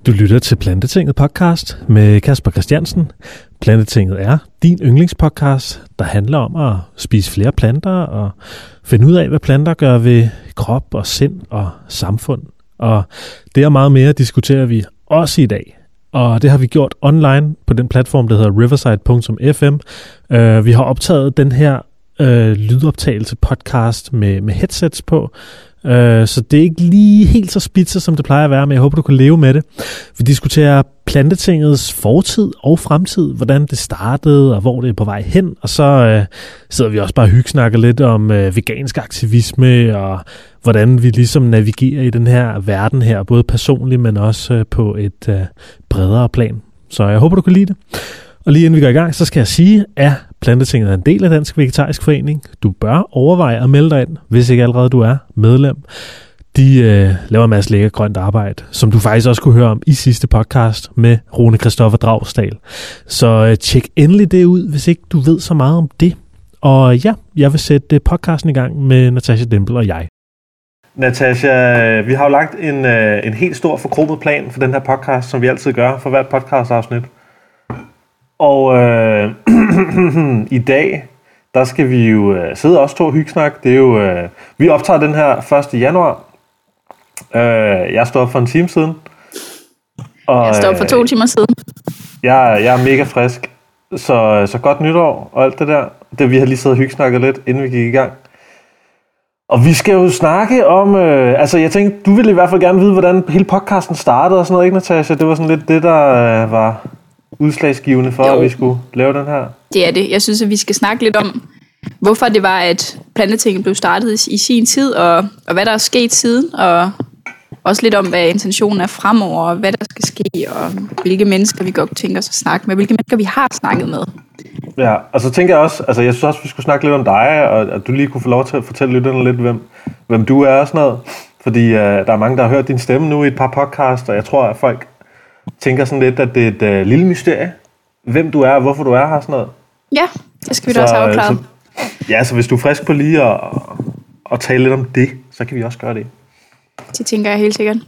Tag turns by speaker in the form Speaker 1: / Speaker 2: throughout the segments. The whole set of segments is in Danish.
Speaker 1: Du lytter til Plantetinget podcast med Kasper Christiansen. Plantetinget er din yndlingspodcast, der handler om at spise flere planter og finde ud af, hvad planter gør ved krop og sind og samfund. Og det og meget mere diskuterer vi også i dag. Og det har vi gjort online på den platform, der hedder riverside.fm. Vi har optaget den her lydoptagelse podcast med headsets på. Så det er ikke lige helt så spidset, som det plejer at være, men jeg håber, du kan leve med det. Vi diskuterer Plantetingets fortid og fremtid, hvordan det startede og hvor det er på vej hen. Og så sidder vi også bare og hyggesnakker lidt om vegansk aktivisme og hvordan vi ligesom navigerer i den her verden her, både personligt, men også på et bredere plan. Så jeg håber, du kan lide det. Og lige inden vi går i gang, så skal jeg sige, at Plantetinget er en del af Dansk Vegetarisk Forening. Du bør overveje at melde dig ind, hvis ikke allerede du er medlem. De laver en masse lækker grønt arbejde, som du faktisk også kunne høre om i sidste podcast med Rune Christoffer Dragsdal. Så tjek endelig det ud, hvis ikke du ved så meget om det. Og ja, jeg vil sætte podcasten i gang med Natasha Dempel og jeg. Natasha, vi har jo lagt en helt stor forkromet plan for den her podcast, som vi altid gør for hvert podcastafsnit. Og i dag, der skal vi jo sidde også to og hyggesnak. Det er jo, vi optager den her 1. januar. Jeg står op for en time siden. Og,
Speaker 2: jeg står op for 2 timer siden.
Speaker 1: Jeg er mega frisk. Så godt nytår og alt det der. Det vi har lige siddet og hyggesnakket lidt, inden vi gik i gang. Og vi skal jo snakke om, jeg tænkte, du ville i hvert fald gerne vide, hvordan hele podcasten startede og sådan noget, ikke Natasha? Det var sådan lidt det, der var udslagsgivende for, at vi skulle lave den her.
Speaker 2: Det er det. Jeg synes, at vi skal snakke lidt om, hvorfor det var, at Plantetinget blev startet i sin tid, og hvad der er sket siden, og også lidt om, hvad intentionen er fremover, og hvad der skal ske, og hvilke mennesker vi godt tænker os at snakke med, hvilke mennesker vi har snakket med.
Speaker 1: Ja, og så tænker jeg også, jeg synes også, vi skulle snakke lidt om dig, og at du lige kunne få lov til at fortælle lytterne lidt, hvem du er og sådan noget. Fordi der er mange, der har hørt din stemme nu i et par podcasts, og jeg tror, at folk tænker sådan lidt, at det er et lille mysterie, hvem du er og hvorfor du er her og sådan noget.
Speaker 2: Ja, det skal vi da også have afklaret.
Speaker 1: Så hvis du er frisk på lige at tale lidt om det, så kan vi også gøre det.
Speaker 2: Det tænker jeg helt sikkert.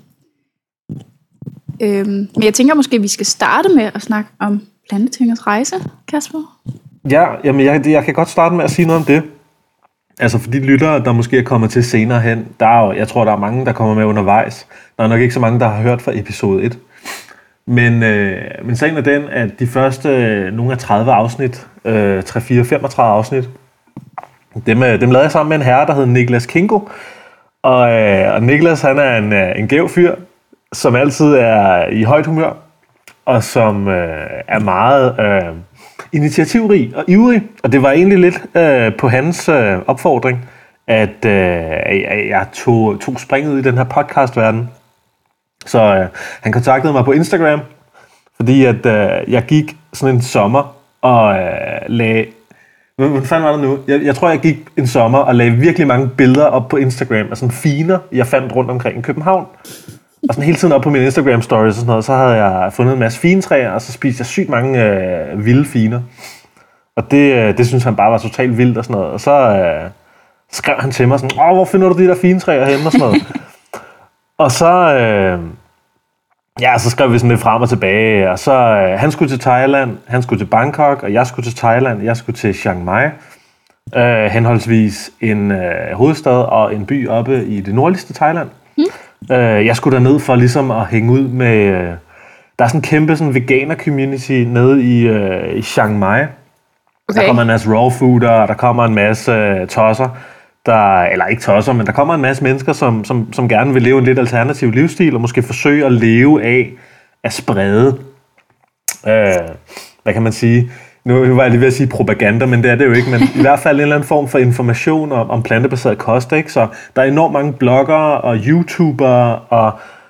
Speaker 2: Men jeg tænker måske, at vi skal starte med at snakke om Plantetingets rejse, Kasper.
Speaker 1: Ja, jamen jeg kan godt starte med at sige noget om det. Altså for de lyttere, der måske er kommet til senere hen, jeg tror, der er mange, der kommer med undervejs. Der er nok ikke så mange, der har hørt fra episode 1. Men sagen er den, at de første nogle af 30 afsnit, 3, 4, 35 afsnit, dem lavede jeg sammen med en herre, der hed Niklas Kingo. Og Niklas, han er en gæv fyr, som altid er i højt humør, og som er meget initiativrig og ivrig. Og det var egentlig lidt på hans opfordring, at jeg tog springet i den her podcastverden. Så han kontaktede mig på Instagram, fordi at jeg gik sådan en sommer og lagde... Hvad fanden var det nu? Jeg tror, jeg gik en sommer og lagde virkelig mange billeder op på Instagram af sådan finer, jeg fandt rundt omkring i København. Og sådan hele tiden op på mine Instagram stories og sådan noget, så havde jeg fundet en masse fintræer, og så spiste jeg sygt mange vilde finer. Og det synes han bare var totalt vildt og sådan noget. Og så skrev han til mig sådan, hvor finder du de der fintræer henne og sådan noget. Og så... så skrev vi sådan lidt frem og tilbage, og så han skulle til Thailand, han skulle til Bangkok, og jeg skulle til Thailand, jeg skulle til Chiang Mai, henholdsvis en hovedstad og en by oppe i det nordligste Thailand. Jeg skulle derned for ligesom at hænge ud med, der er sådan en kæmpe sådan veganer-community nede i Chiang Mai. Okay. Der kommer en masse raw fooder, og der kommer en masse tosser, eller ikke tosser, men der kommer en masse mennesker, som gerne vil leve en lidt alternativ livsstil, og måske forsøge at leve af at sprede, hvad kan man sige, nu var jeg lige ved at sige propaganda, men det er det jo ikke, men i hvert fald en eller anden form for information om plantebaseret kost, ikke? Så der er enormt mange bloggere og YouTubere og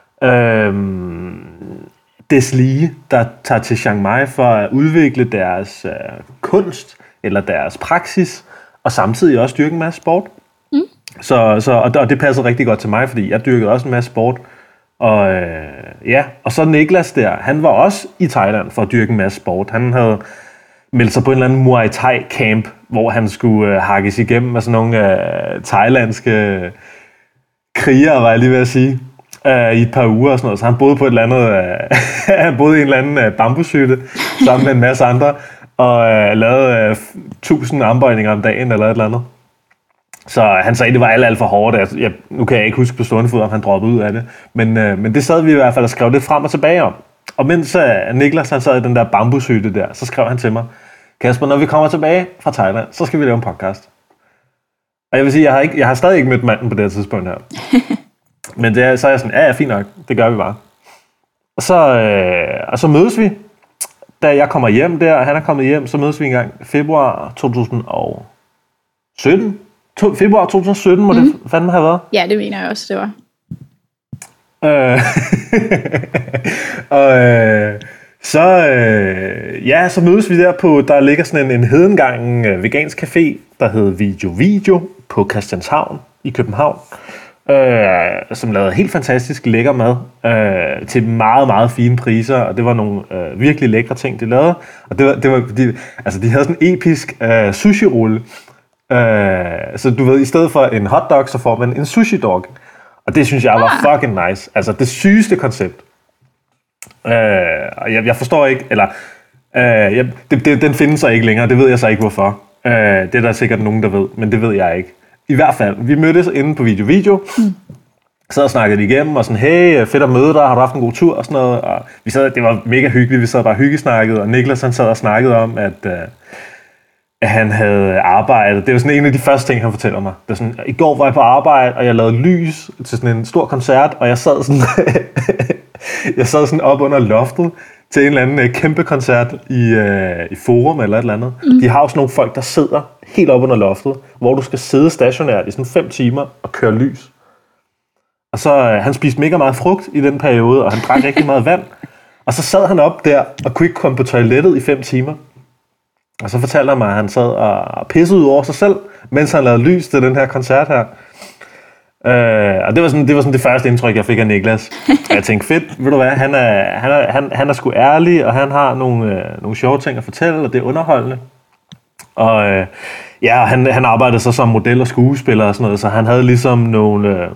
Speaker 1: deslige, der tager til Chiang Mai for at udvikle deres kunst eller deres praksis, og samtidig også dyrke en masse sport. Og det passede rigtig godt til mig, fordi jeg dyrkede også en masse sport. Og så Niklas der, han var også i Thailand for at dyrke en masse sport. Han havde meldt sig på en eller anden Muay Thai camp, hvor han skulle hakkes igennem med sådan nogle thailandske krigere, var jeg lige ved at sige. i et par uger og sådan noget, så han boede på et eller andet, han boede i en eller anden bambushytte sammen med en masse andre, og lavede 1000 armbøjninger om dagen eller et eller andet. Så han sagde, at det var alt for hårdt. Nu kan jeg ikke huske på stående fod, om han droppede ud af det. Men det sad vi i hvert fald og skrev lidt frem og tilbage om. Og mens Niklas han sad i den der bambushytte der, så skrev han til mig, Kasper, når vi kommer tilbage fra Thailand, så skal vi lave en podcast. Og jeg vil sige, jeg har stadig ikke mødt manden på det her tidspunkt her. Men så er jeg sådan, ja, fint nok, det gør vi bare. Og så mødes vi. Da jeg kommer hjem der, og han er kommet hjem, så mødes vi engang februar 2017. Februar 2017 må det fandme have været.
Speaker 2: Ja, det mener jeg også, det var.
Speaker 1: Så mødes vi der på, der ligger sådan en hedengang vegansk café, der hedder Video på Christianshavn i København, som lavede helt fantastisk lækker mad til meget, meget fine priser, og det var nogle virkelig lækre ting, de lavede. Og de havde sådan en episk sushi-rulle. Så du ved, i stedet for en hotdog, så får man en sushi-dog. Og det synes jeg var fucking nice. Altså det sygeste koncept. Jeg forstår ikke, eller den findes så ikke længere, det ved jeg så ikke hvorfor. Det er der sikkert nogen, der ved, men det ved jeg ikke. I hvert fald, vi mødtes inde på Video. Sad og snakkede igennem, og sådan, hey, fedt at møde dig, har du haft en god tur, og sådan noget. Og vi sad, det var mega hyggeligt, vi sad bare hyggesnakket, og Niklas han sad og snakkede om, at han havde arbejdet. Det var sådan en af de første ting, han fortæller mig. Det er sådan, i går var jeg på arbejde, og jeg lavede lys til sådan en stor koncert, og jeg sad sådan op under loftet til en eller anden kæmpe koncert i Forum eller et eller andet. De har jo sådan nogle folk, der sidder helt op under loftet, hvor du skal sidde stationært i sådan 5 timer og køre lys. Og så han spiste mega meget frugt i den periode, og han drak rigtig meget vand. Og så sad han op der og kunne ikke komme på toilettet i 5 timer. Og så fortalte han mig, at han sad og pissede ud over sig selv, mens han lavede lys til den her koncert her. Og det var sådan det første indtryk, jeg fik af Niklas. Og jeg tænkte, fedt, ved du hvad, han er sgu ærlig, og han har nogle sjove ting at fortælle, og det er underholdende. Og han arbejdede så som model og skuespiller og sådan noget, så han havde ligesom nogle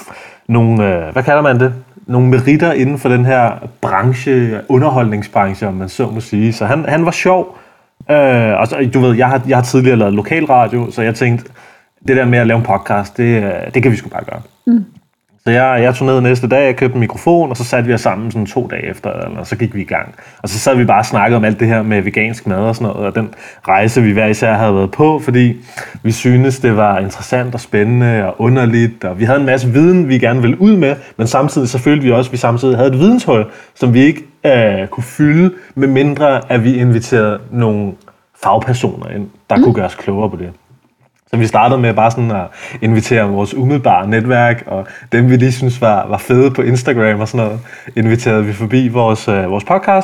Speaker 1: hvad kalder man det? Nogle meritter inden for den her branche, underholdningsbranche, om man så må sige. Så han var sjov. Og så, du ved, jeg har tidligere lavet lokalradio, så jeg tænkte, det der med at lave en podcast, det kan vi sgu bare gøre. Så jeg tog ned næste dag, jeg købte en mikrofon, og så satte vi os sammen sådan 2 dage efter, og så gik vi i gang. Og så sad vi bare og snakkede om alt det her med vegansk mad og sådan noget, og den rejse, vi hver især havde været på, fordi vi syntes, det var interessant og spændende og underligt, og vi havde en masse viden, vi gerne ville ud med, men samtidig så følte vi også, at vi samtidig havde et videnshul, som vi ikke kunne fylde, med mindre at vi inviterede nogle fagpersoner ind, der kunne gøre os klogere på det. Så vi startede med bare sådan at invitere vores umiddelbare netværk, og dem vi lige synes var fede på Instagram og sådan noget, inviterede vi forbi vores podcast.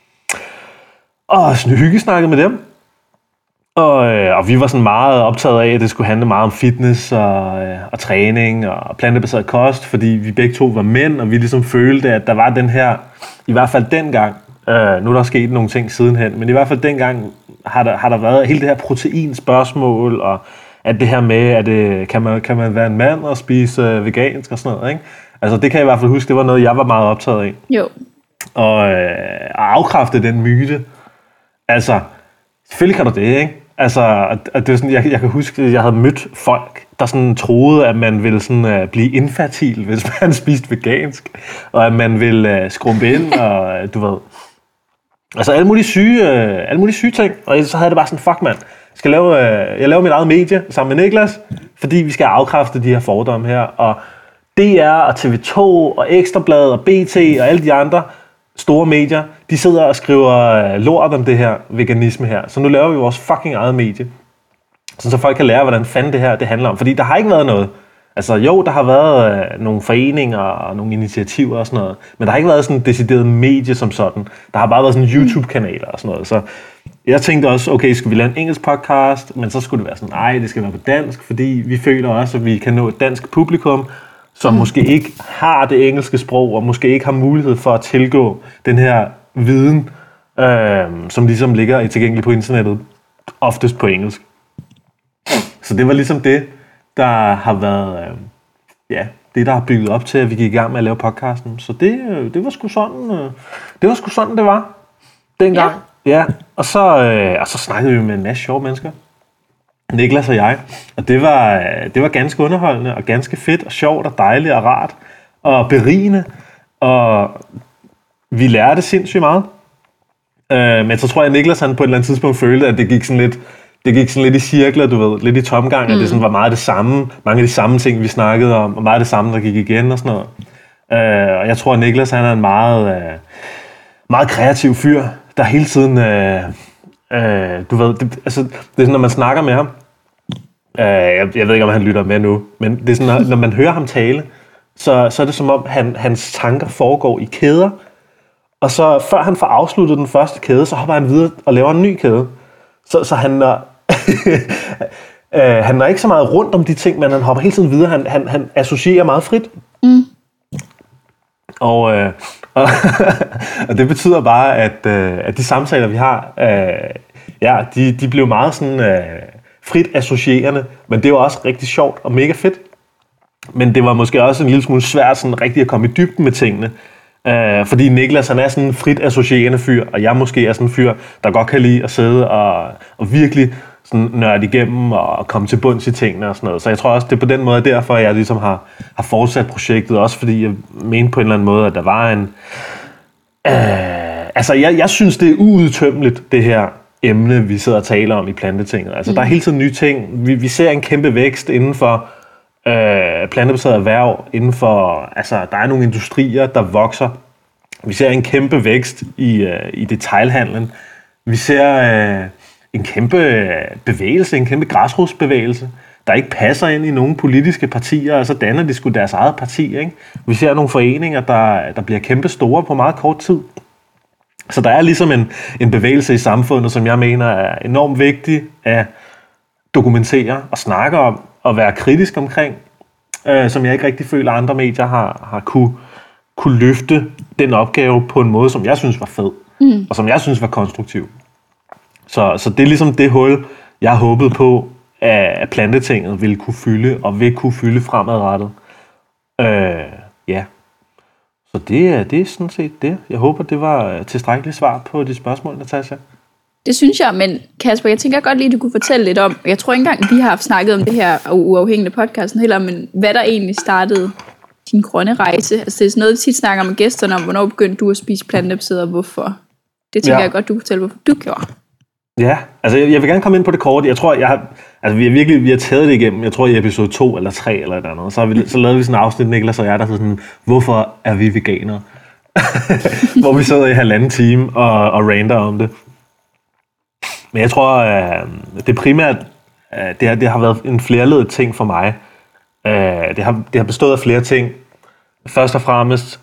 Speaker 1: Og sådan hyggesnakkede med dem. Og vi var sådan meget optaget af, at det skulle handle meget om fitness og træning og plantebaseret kost, fordi vi begge to var mænd, og vi ligesom følte, at der var den her, i hvert fald dengang, nu er der sket nogle ting sidenhen, men i hvert fald dengang har der været hele det her proteinspørgsmål, og at det her med, at kan man være en mand og spise vegansk og sådan noget, ikke? Altså det kan jeg i hvert fald huske, det var noget, jeg var meget optaget af.
Speaker 2: Jo.
Speaker 1: Og at afkræfte den myte. Altså, selvfølgelig kan du det, ikke? Altså, at det er sådan, jeg kan huske, at jeg havde mødt folk, der sådan troede, at man ville sådan blive infertil, hvis man spiste vegansk, og at man ville skrumpe ind, og du ved. Altså alle mulige syge ting, og så havde det bare sådan, fuck mand, jeg laver mit eget medie sammen med Niklas, fordi vi skal afkræfte de her fordomme her, og DR og TV2 og Ekstrabladet og BT og alle de andre store medier, de sidder og skriver lort om det her veganisme her, så nu laver vi vores fucking eget medie, så folk kan lære, hvordan fanden det her det handler om, fordi der har ikke været noget. Altså jo, der har været nogle foreninger og nogle initiativer og sådan noget, men der har ikke været sådan en decideret medie som sådan. Der har bare været sådan YouTube-kanaler og sådan noget. Så jeg tænkte også, okay, skal vi lave en engelsk podcast? Men så skulle det være sådan, nej, det skal være på dansk, fordi vi føler også, at vi kan nå et dansk publikum, som måske ikke har det engelske sprog, og måske ikke har mulighed for at tilgå den her viden, som ligesom ligger tilgængelig på internettet, oftest på engelsk. Så det var ligesom det, der har været, det, der har bygget op til, at vi gik i gang med at lave podcasten. Så det var sgu sådan, det var dengang. Ja. Og så snakkede vi med en masse sjove mennesker. Niklas og jeg. Og det var ganske underholdende, og ganske fedt, og sjovt, og dejligt, og rart, og berigende. Og vi lærte sindssygt meget. Men så tror jeg, at Niklas han på et eller andet tidspunkt følte, at det gik sådan lidt i cirkler, du ved, lidt i tomgang, at det sådan var meget det samme, mange af de samme ting, vi snakkede om, og meget det samme, der gik igen og sådan noget. Og jeg tror, at Niklas han er en meget kreativ fyr, der hele tiden, du ved, det er sådan, når man snakker med ham, jeg ved ikke, om han lytter med nu, men det er sådan, når man hører ham tale, så er det som om, hans tanker foregår i kæder, og så før han får afsluttet den første kæde, så hopper han videre og laver en ny kæde. Så han han er ikke så meget rundt om de ting, men han hopper hele tiden videre. Han associerer meget frit. Og det betyder bare, at de samtaler, vi har, de blev meget sådan frit associerende, men det var også rigtig sjovt og mega fedt. Men det var måske også en lille smule svært sådan rigtig at komme i dybden med tingene. Fordi Niklas han er sådan en frit associerende fyr, og jeg måske er sådan en fyr, der godt kan lide at sidde og virkelig sådan nørde igennem og komme til bunds i tingene og sådan noget. Så jeg tror også, det er på den måde derfor, jeg ligesom har fortsat projektet, også fordi jeg mente på en eller anden måde, at der var en... jeg synes, det er uudtømmeligt, det her emne, vi sidder og taler om i plantetinget. Altså, der er hele tiden nye ting. Vi ser en kæmpe vækst inden for plantebaseret erhverv, inden for, altså, der er nogle industrier, der vokser. Vi ser en kæmpe vækst i detailhandlen. Vi ser en kæmpe bevægelse, en kæmpe græsrodsbevægelse, der ikke passer ind i nogle politiske partier, og så danner de sgu deres eget parti, ikke? Vi ser nogle foreninger, der bliver kæmpe store på meget kort tid. Så der er ligesom en bevægelse i samfundet, som jeg mener er enormt vigtig at dokumentere og snakke om, og være kritisk omkring, som jeg ikke rigtig føler, at andre medier har kunne løfte den opgave på en måde, som jeg synes var fed, og som jeg synes var konstruktiv. Så det er ligesom det hul, jeg håbede på, at plantetinget ville kunne fylde, og vil kunne fylde fremadrettet. Ja. Så det er sådan set det. Jeg håber, det var tilstrækkeligt svar på de spørgsmål, Natasha.
Speaker 2: Det synes jeg, men Kasper, jeg tænker godt lige, du kunne fortælle lidt om, jeg tror ikke engang, vi har haft snakket om det her uafhængige podcasten heller, men hvad der egentlig startede din grønne rejse. Altså det er sådan noget, vi tit snakker med gæsterne om, hvornår begyndte du at spise plantebaseret, og hvorfor. Det tænker jeg godt, du kunne fortælle, hvorfor du gjorde. Ja,
Speaker 1: altså jeg vil gerne komme ind på det kort. Jeg tror, vi har taget det igennem, jeg tror i episode 2 eller 3 eller et andet. Så lavede vi sådan en afsnit, Niklas og jeg, der hedder sådan, hvorfor er vi veganere? Hvor vi sidder i 1,5 time og ranter om det. Men jeg tror, det primært, det har været en flerledet ting for mig. Det har bestået af flere ting. Først og fremmest,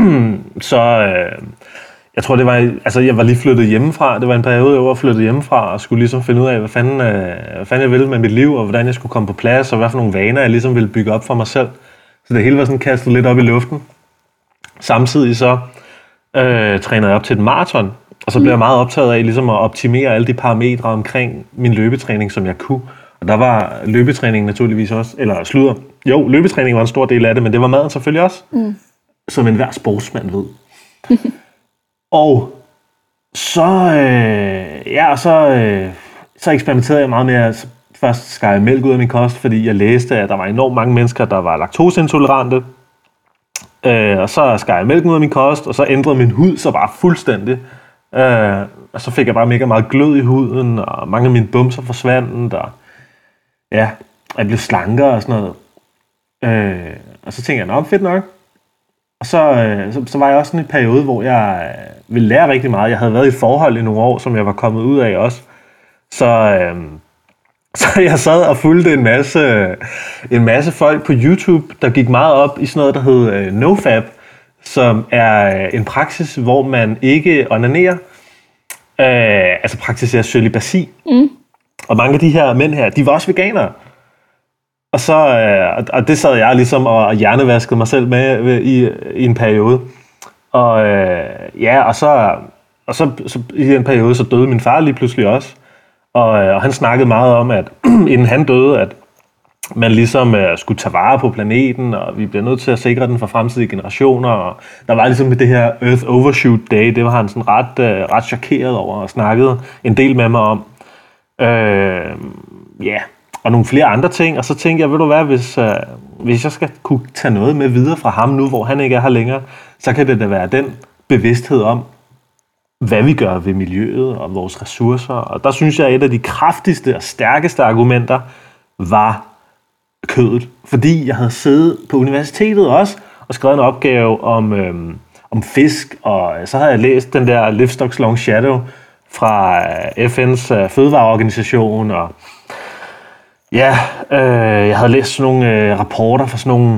Speaker 1: jeg tror, det var, altså jeg var lige flyttet hjemmefra. Det var en periode, jeg var flyttet hjemmefra og skulle ligesom finde ud af, hvad fanden jeg ville med mit liv, og hvordan jeg skulle komme på plads, og hvad for nogle vaner, jeg ligesom ville bygge op for mig selv. Så det hele var sådan kastet lidt op i luften. Samtidig så trænede jeg op til et maraton, og så blev jeg meget optaget af ligesom at optimere alle de parametre omkring min løbetræning, som jeg kunne. Og der var løbetræning naturligvis også, løbetræning var en stor del af det, men det var maden selvfølgelig også, som enhver sportsmand ved. Og så eksperimenterede jeg meget med at først skære mælk ud af min kost, fordi jeg læste, at der var enormt mange mennesker, der var laktoseintolerante. Og så skære jeg mælken ud af min kost, og så ændrede min hud så bare fuldstændig. Og så fik jeg bare mega meget glød i huden, og mange af mine bumser forsvandt, og ja, jeg blev slankere og sådan noget. Og så tænkte jeg, fedt nok. Og så var jeg også sådan en periode, hvor jeg ville lære rigtig meget. Jeg havde været i et forhold i nogle år, som jeg var kommet ud af også. Så jeg sad og fulgte en masse folk på YouTube, der gik meget op i sådan noget, der hed NoFap, som er en praksis, hvor man ikke onanerer. Altså praktiserer cølibaci. Og mange af de her mænd her, de var også veganere. Og det sad jeg ligesom og hjernevaskede mig selv med i en periode. Og så i en periode, så døde min far lige pludselig også. Og han snakkede meget om, at inden han døde, man ligesom skulle tage vare på planeten, og vi bliver nødt til at sikre den for fremtidige generationer. Og der var ligesom det her Earth Overshoot Day, det var han sådan ret chokeret over, og snakkede en del med mig om. Og nogle flere andre ting, og så tænkte jeg, ved du hvad, hvis jeg skal kunne tage noget med videre fra ham nu, hvor han ikke er her længere, så kan det da være den bevidsthed om, hvad vi gør ved miljøet og vores ressourcer. Og der synes jeg, at et af de kraftigste og stærkeste argumenter var kødet. Fordi jeg havde siddet på universitetet også og skrevet en opgave om fisk, og så havde jeg læst den der Livestock's Long Shadow fra FN's fødevareorganisation, og jeg havde læst sådan nogle rapporter fra sådan nogle,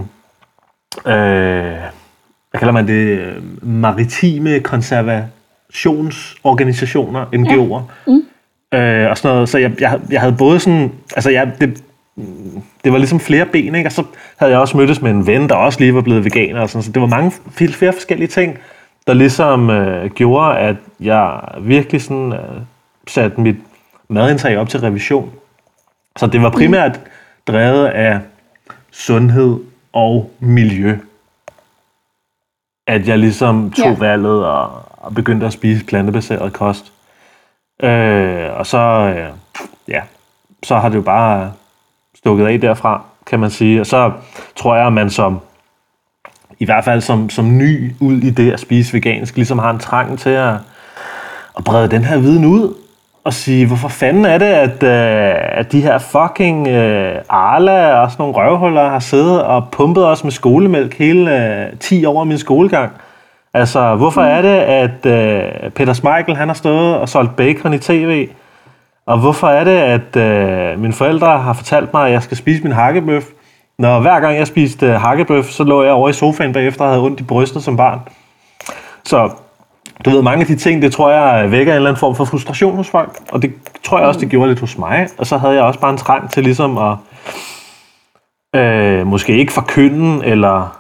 Speaker 1: hvad kalder man det, maritime konservationsorganisationer, NGO'er, og sådan noget. Så jeg havde både sådan, altså det var ligesom flere ben, ikke? Og så havde jeg også mødtes med en ven, der også lige var blevet veganer, og sådan, så det var mange flere forskellige ting, der ligesom gjorde, at jeg virkelig sådan satte mit madindtag op til revision. Så det var primært drevet af sundhed og miljø, at jeg ligesom tog valget og begyndte at spise plantebaseret kost. Og så, så har det jo bare stukket af derfra, kan man sige. Og så tror jeg, at man i hvert fald som ny ud i det at spise vegansk, ligesom har en trang til at brede den her viden ud. Og sige, hvorfor fanden er det, at de her fucking Arla og sådan nogle røvhuller har siddet og pumpet os med skolemælk hele 10 år af min skolegang? Altså, hvorfor er det, at Peter Smeichel, han har stået og solgt bacon i tv? Og hvorfor er det, at mine forældre har fortalt mig, at jeg skal spise min hakkebøf? Når hver gang jeg spiste hakkebøf, så lå jeg over i sofaen bagefter og havde ondt i brystet som barn. Så du ved, mange af de ting, det tror jeg vækker en eller anden form for frustration hos folk. Og det tror jeg også, det gjorde lidt hos mig. Og så havde jeg også bare en trang til ligesom at måske ikke forkynde eller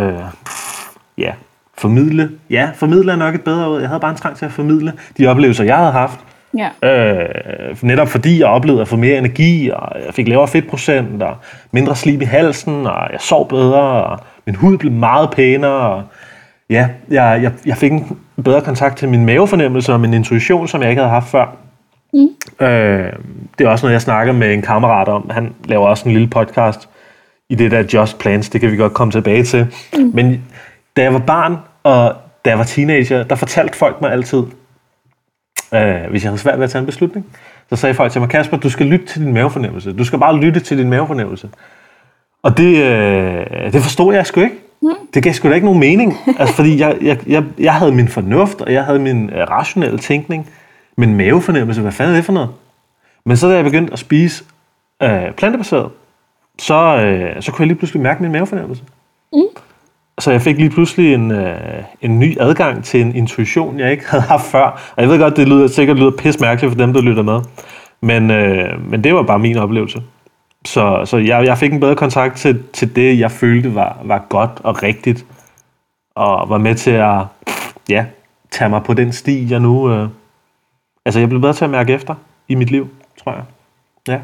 Speaker 1: formidle. Ja, formidle er nok et bedre ord. Jeg havde bare en trang til at formidle de oplevelser, jeg havde haft.
Speaker 2: Ja.
Speaker 1: Netop fordi jeg oplevede at få mere energi, og jeg fik lavere fedtprocent, og mindre slim i halsen, og jeg sov bedre, og min hud blev meget pænere, og ja, jeg fik en bedre kontakt til min mavefornemmelse og min intuition, som jeg ikke havde haft før. Det er også noget, jeg snakker med en kammerat om. Han laver også en lille podcast i det der Just Plants. Det kan vi godt komme tilbage til. Men da jeg var barn, og da jeg var teenager, der fortalte folk mig altid, hvis jeg havde svært ved at tage en beslutning, så sagde folk til mig, Kasper, du skal lytte til din mavefornemmelse. Du skal bare lytte til din mavefornemmelse. Og det forstod jeg sgu ikke. Det gav sgu da ikke nogen mening. Altså, fordi jeg havde min fornuft, og jeg havde min rationelle tænkning. Men mavefornemmelse, hvad fanden er det for noget? Men så da jeg begyndte at spise plantebaseret, så kunne jeg lige pludselig mærke min mavefornemmelse. Så jeg fik lige pludselig en ny adgang til en intuition, jeg ikke havde haft før. Og jeg ved godt, det sikkert lyder pisse mærkeligt for dem, der lytter med. Men det var bare min oplevelse. Så jeg fik en bedre kontakt til det, jeg følte var godt og rigtigt. Og var med til at tage mig på den sti, jeg nu... jeg blev bedre til at mærke efter i mit liv, tror jeg. Ja.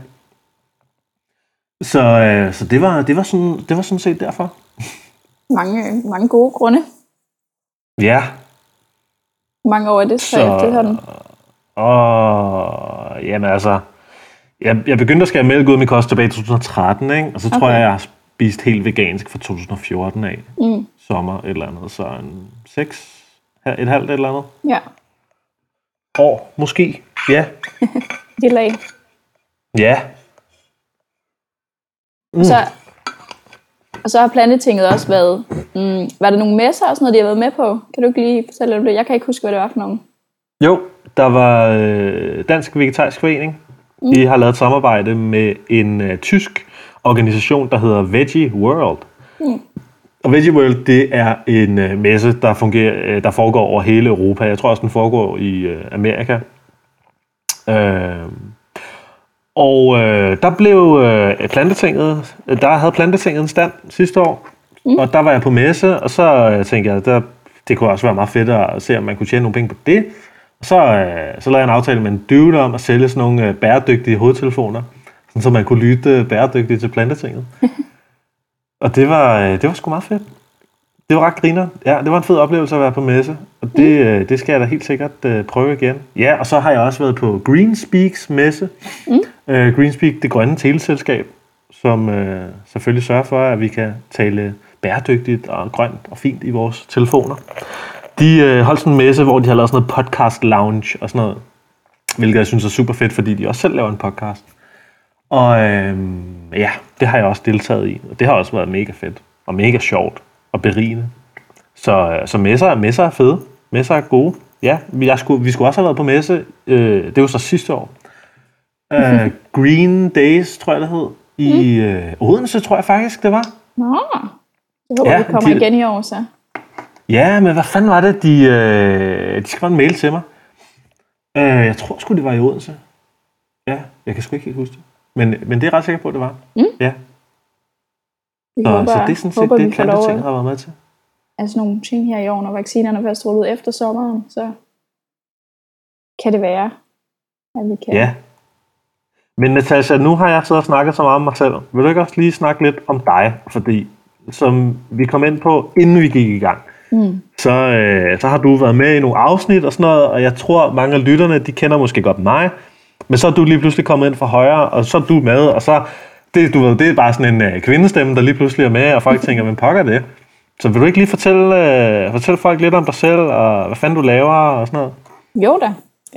Speaker 1: Så det var sådan set derfor.
Speaker 2: Mange gode grunde.
Speaker 1: Ja.
Speaker 2: Mange år er det så efterhånden.
Speaker 1: Jamen altså... Jeg begyndte at skære mælk ud af min kost tilbage i 2013, ikke? Og så tror jeg har spist helt vegansk fra 2014 af. Sommer et eller andet. Så et halvt et eller andet.
Speaker 2: Ja.
Speaker 1: År, måske. Ja.
Speaker 2: Det lag.
Speaker 1: Ja.
Speaker 2: Og så har Plantetinget også været... var der nogle messer og sådan noget, de har været med på? Kan du ikke lige fortælle om det? Jeg kan ikke huske, hvad det var for nogen.
Speaker 1: Jo, der var Dansk Vegetarisk Forening. De har lavet et samarbejde med en tysk organisation, der hedder Veggie World. Og Veggie World, det er en messe, der foregår over hele Europa. Jeg tror også, den foregår i Amerika. Der blev Plantetinget, der havde Plantetinget en stand sidste år. Og der var jeg på messe, og så tænkte jeg, det kunne også være meget fedt at se, om man kunne tjene nogle penge på det. Så lavede jeg en aftale med en dude om at sælge sådan nogle bæredygtige hovedtelefoner. så man kunne lytte bæredygtigt til Plantetinget. Og det var sgu meget fedt. Det var ret griner. Ja, det var en fed oplevelse at være på messe, og det skal jeg da helt sikkert prøve igen. Ja, og så har jeg også været på Greenspeaks messe. Greenspeak, det grønne teleselskab, som selvfølgelig sørger for, at vi kan tale bæredygtigt og grønt og fint i vores telefoner. De holdt sådan en messe, hvor de har lavet sådan noget podcast lounge og sådan noget, hvilket jeg synes er super fedt, fordi de også selv laver en podcast. Og ja, det har jeg også deltaget i, og det har også været mega fedt og mega sjovt og berigende. Så messer er fede. Messer er gode. Ja, vi skulle også have været på messe. Det var så sidste år. Green Days, tror jeg det hed. I Odense, tror jeg faktisk, det var.
Speaker 2: Nå, jeg håber, vi kommer igen i år, så.
Speaker 1: Ja, men hvad fanden var det? De skrev en mail til mig. Jeg tror sgu, det var i Odense. Ja, jeg kan sgu ikke helt huske det. Men det er ret sikker på, at det var. Ja. Så det er sådan set det, Plantetinget har været med til.
Speaker 2: Altså nogle ting her i år, når vaccinerne først rullet efter sommeren, så kan det være, at vi kan.
Speaker 1: Ja. Men Natasha, nu har jeg siddet og snakket så meget om mig selv. Vil du ikke også lige snakke lidt om dig? Fordi, som vi kom ind på, inden vi gik i gang, så har du været med i nogle afsnit og sådan noget, og jeg tror, mange af lytterne, de kender måske godt mig, men så er du lige pludselig kommet ind fra højre, og så er du med, og så, det er bare sådan en kvindestemme, der lige pludselig er med, og folk tænker, men pokker det? Så vil du ikke lige fortælle folk lidt om dig selv, og hvad fanden du laver, og sådan noget?
Speaker 2: Jo da.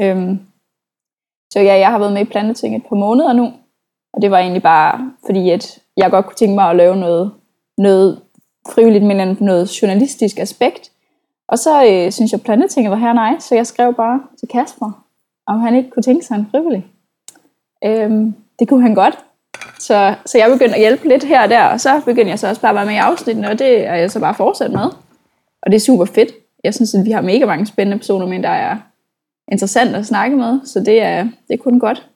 Speaker 2: Så ja, jeg har været med i Plantetinget et par måneder nu, og det var egentlig bare, fordi at jeg godt kunne tænke mig at lave noget frivilligt, men noget journalistisk aspekt. Og så synes jeg, Plantetinget var her nice, så jeg skrev bare til Kasper, om han ikke kunne tænke sig en frivillig. Det kunne han godt. Så jeg begyndte at hjælpe lidt her og der, og så begyndte jeg så også bare at være med i afsnittene, og det er jeg så bare fortsat med. Og det er super fedt. Jeg synes, at vi har mega mange spændende personer med, der er interessant at snakke med, så det er kun godt.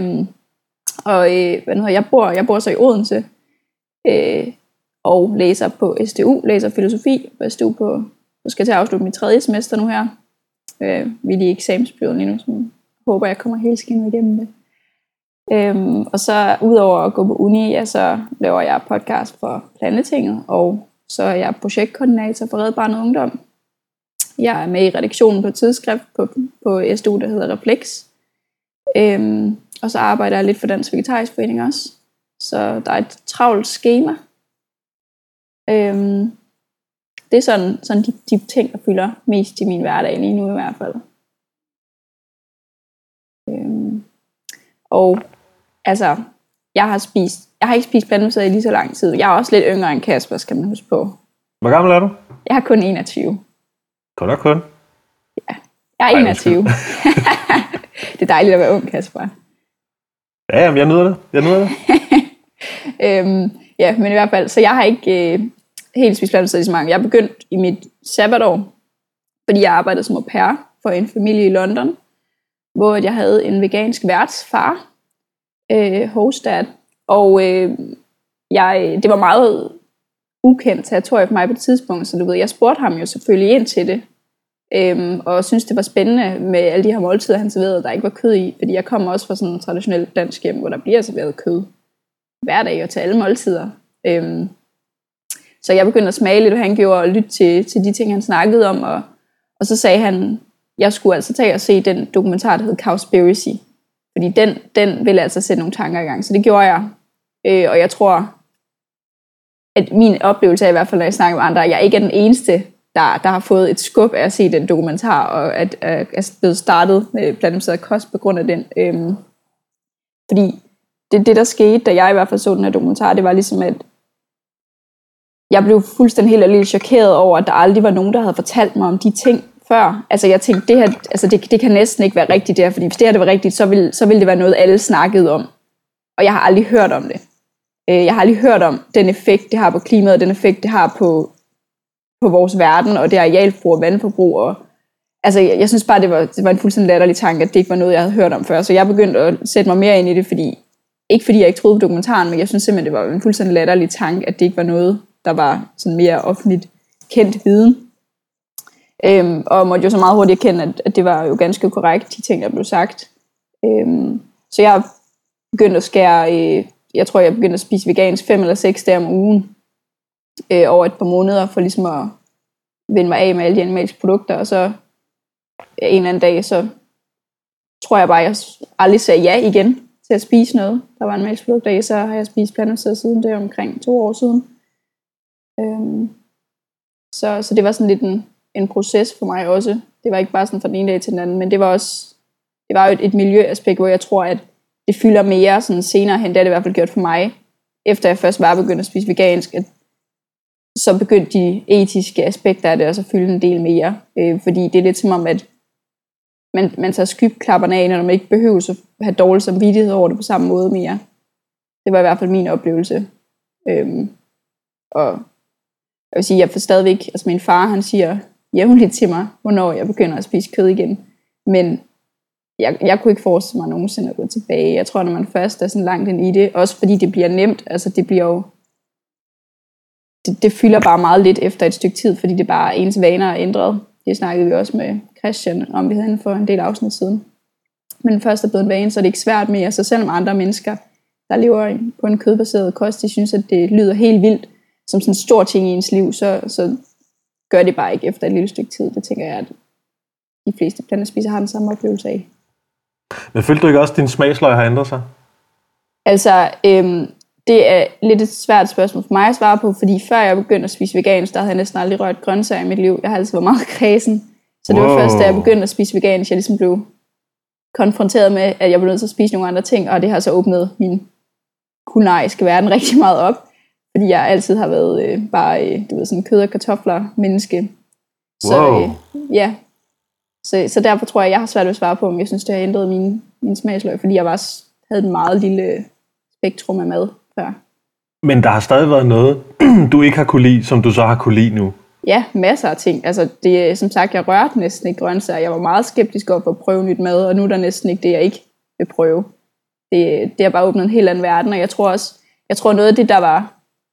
Speaker 2: Jeg bor så i Odense, og læser på SDU, læser filosofi på SDU så skal jeg til at afslutte mit 3. semester nu her. Vi er lige i eksamensperioden lige nu, så jeg håber, jeg kommer helt skinnet igennem det. Og så udover at gå på uni, ja, så laver jeg podcast for Plantetinget, og så er jeg projektkoordinator for Red Barnet Ungdom. Jeg er med i redaktionen på et tidsskrift på SDU, der hedder Reflex. Og så arbejder jeg lidt for Dansk Vegetarisk Forening også. Så der er et travlt skema. Det er sådan de ting, der fylder mest i min hverdag lige nu i hvert fald. Og altså, jeg har ikke spist plantebaseret i lige så lang tid. Jeg er også lidt yngre end Kasper, skal man huske på.
Speaker 1: Hvor gammel er du?
Speaker 2: Jeg er kun 21.
Speaker 1: Kun?
Speaker 2: Ja, jeg er 21. Det er dejligt at være ung, Kasper.
Speaker 1: Ja, jamen, jeg nyder det.
Speaker 2: Ja, men i hvert fald, så jeg har ikke helt spist plantebaseret i så mange. Jeg er begyndt i mit sabbatår, fordi jeg arbejdede som au pair for en familie i London, hvor jeg havde en vegansk værtsfar, hostdad, og det var meget ukendt territorie for mig på det tidspunkt, så du ved, jeg spurgte ham jo selvfølgelig ind til det, og synes det var spændende med alle de her måltider, han serverede, der ikke var kød i, fordi jeg kommer også fra sådan en traditionel dansk hjem, hvor der bliver serveret kød hver dag og til alle måltider. Så jeg begyndte at smage lidt, og han gjorde og lytte til de ting, han snakkede om, og så sagde han, jeg skulle altså tage og se den dokumentar, der hed Cowspiracy, fordi den ville altså sætte nogle tanker i gang, så det gjorde jeg. Og jeg tror, at min oplevelse er i hvert fald, når jeg snakker med andre, at jeg ikke er den eneste, der har fået et skub af at se den dokumentar, og at er blevet startet med plantebaseret kost på grund af den. Fordi det der skete, da jeg i hvert fald så den her dokumentar, det var ligesom, at jeg blev fuldstændig helt alligevel chokeret over, at der aldrig var nogen, der havde fortalt mig om de ting før. Altså jeg tænkte, det her, altså det kan næsten ikke være rigtigt der, fordi hvis det her det var rigtigt, så ville det være noget, alle snakkede om. Og jeg har aldrig hørt om det. Jeg har aldrig hørt om den effekt, det har på klimaet, og den effekt, det har på vores verden, og det arealforbrug og vandforbrug. Og, altså jeg synes bare, det var en fuldstændig latterlig tanke, at det ikke var noget, jeg havde hørt om før. Så jeg begyndte at sætte mig mere ind i det, ikke fordi jeg ikke troede på dokumentaren, men jeg synes simpelthen, det var en fuldstændig latterlig tanke, at det ikke var noget, der var sådan mere offentligt kendt viden. Og måtte jo så meget hurtigt erkende, at det var jo ganske korrekt, de ting, der blev sagt. Så jeg begyndte at skære, jeg tror jeg begyndte at spise vegansk 5 eller 6 dage om ugen, over et par måneder, for ligesom at vende mig af med alle de animalske produkter, og så en eller anden dag, så tror jeg bare, jeg aldrig sagde ja igen til at spise noget. Der var animalske produkter i, så har jeg spist plantebaseret siden, det er omkring 2 år siden. Så det var sådan lidt en proces for mig også. Det var ikke bare sådan fra den ene dag til den anden, men det var jo et miljøaspekt, hvor jeg tror, at det fylder mere sådan senere hen. Det har det i hvert fald gjort for mig, efter jeg først var begyndt at spise vegansk, at så begyndte de etiske aspekter af det også at fylde en del mere. Fordi det er lidt som om, at man tager skyklapperne af, når man ikke behøver at have dårlig samvittighed over det på samme måde mere. Det var i hvert fald min oplevelse. Og jeg vil sige, jeg får stadigvæk, altså min far, han siger jævnligt til mig, hvornår jeg begynder at spise kød igen. Men jeg kunne ikke forestille mig nogensinde at gå tilbage. Jeg tror, når man først er sådan langt ind i det, også fordi det bliver nemt, altså det bliver jo, det fylder bare meget lidt efter et stykke tid, fordi det bare ens vaner er ændret. Det snakkede vi også med Christian om, vi havde for en del afsnit siden. Men først er blevet en vane, så er det ikke svært mere. Så selvom andre mennesker, der lever på en kødbaseret kost, de synes, at det lyder helt vildt, som sådan en stor ting i ens liv, så gør det bare ikke efter et lille stykke tid. Det tænker jeg, at de fleste plantespisere har den samme oplevelse af.
Speaker 1: Men følte du ikke også, at din smagsløg har ændret sig?
Speaker 2: Altså, det er lidt et svært spørgsmål for mig at svare på, fordi før jeg begyndte at spise vegansk, der havde jeg næsten aldrig rørt grøntsager i mit liv. Jeg har altid været meget kræsen. Så det var først, da jeg begyndte at spise vegansk, jeg ligesom blev konfronteret med, at jeg blev nødt til at spise nogle andre ting, og det har så åbnet min kulinariske verden rigtig meget op. Fordi jeg altid har været bare sådan kød og kartofler menneske. Så ja. Så derfor tror jeg har svært ved at svare på, om jeg synes, det har ændret min smagsløg, fordi jeg havde et meget lille spektrum af mad før. Men
Speaker 1: der har stadig været noget, du ikke har kunne lide, som du så har kunne lide nu?
Speaker 2: Ja, masser af ting. Altså, det, som sagt, jeg rørte næsten ikke grøntsager. Jeg var meget skeptisk over for at prøve nyt mad, og nu er der næsten ikke det, jeg ikke vil prøve. Det har bare åbnet en helt anden verden, og jeg tror noget af det, der var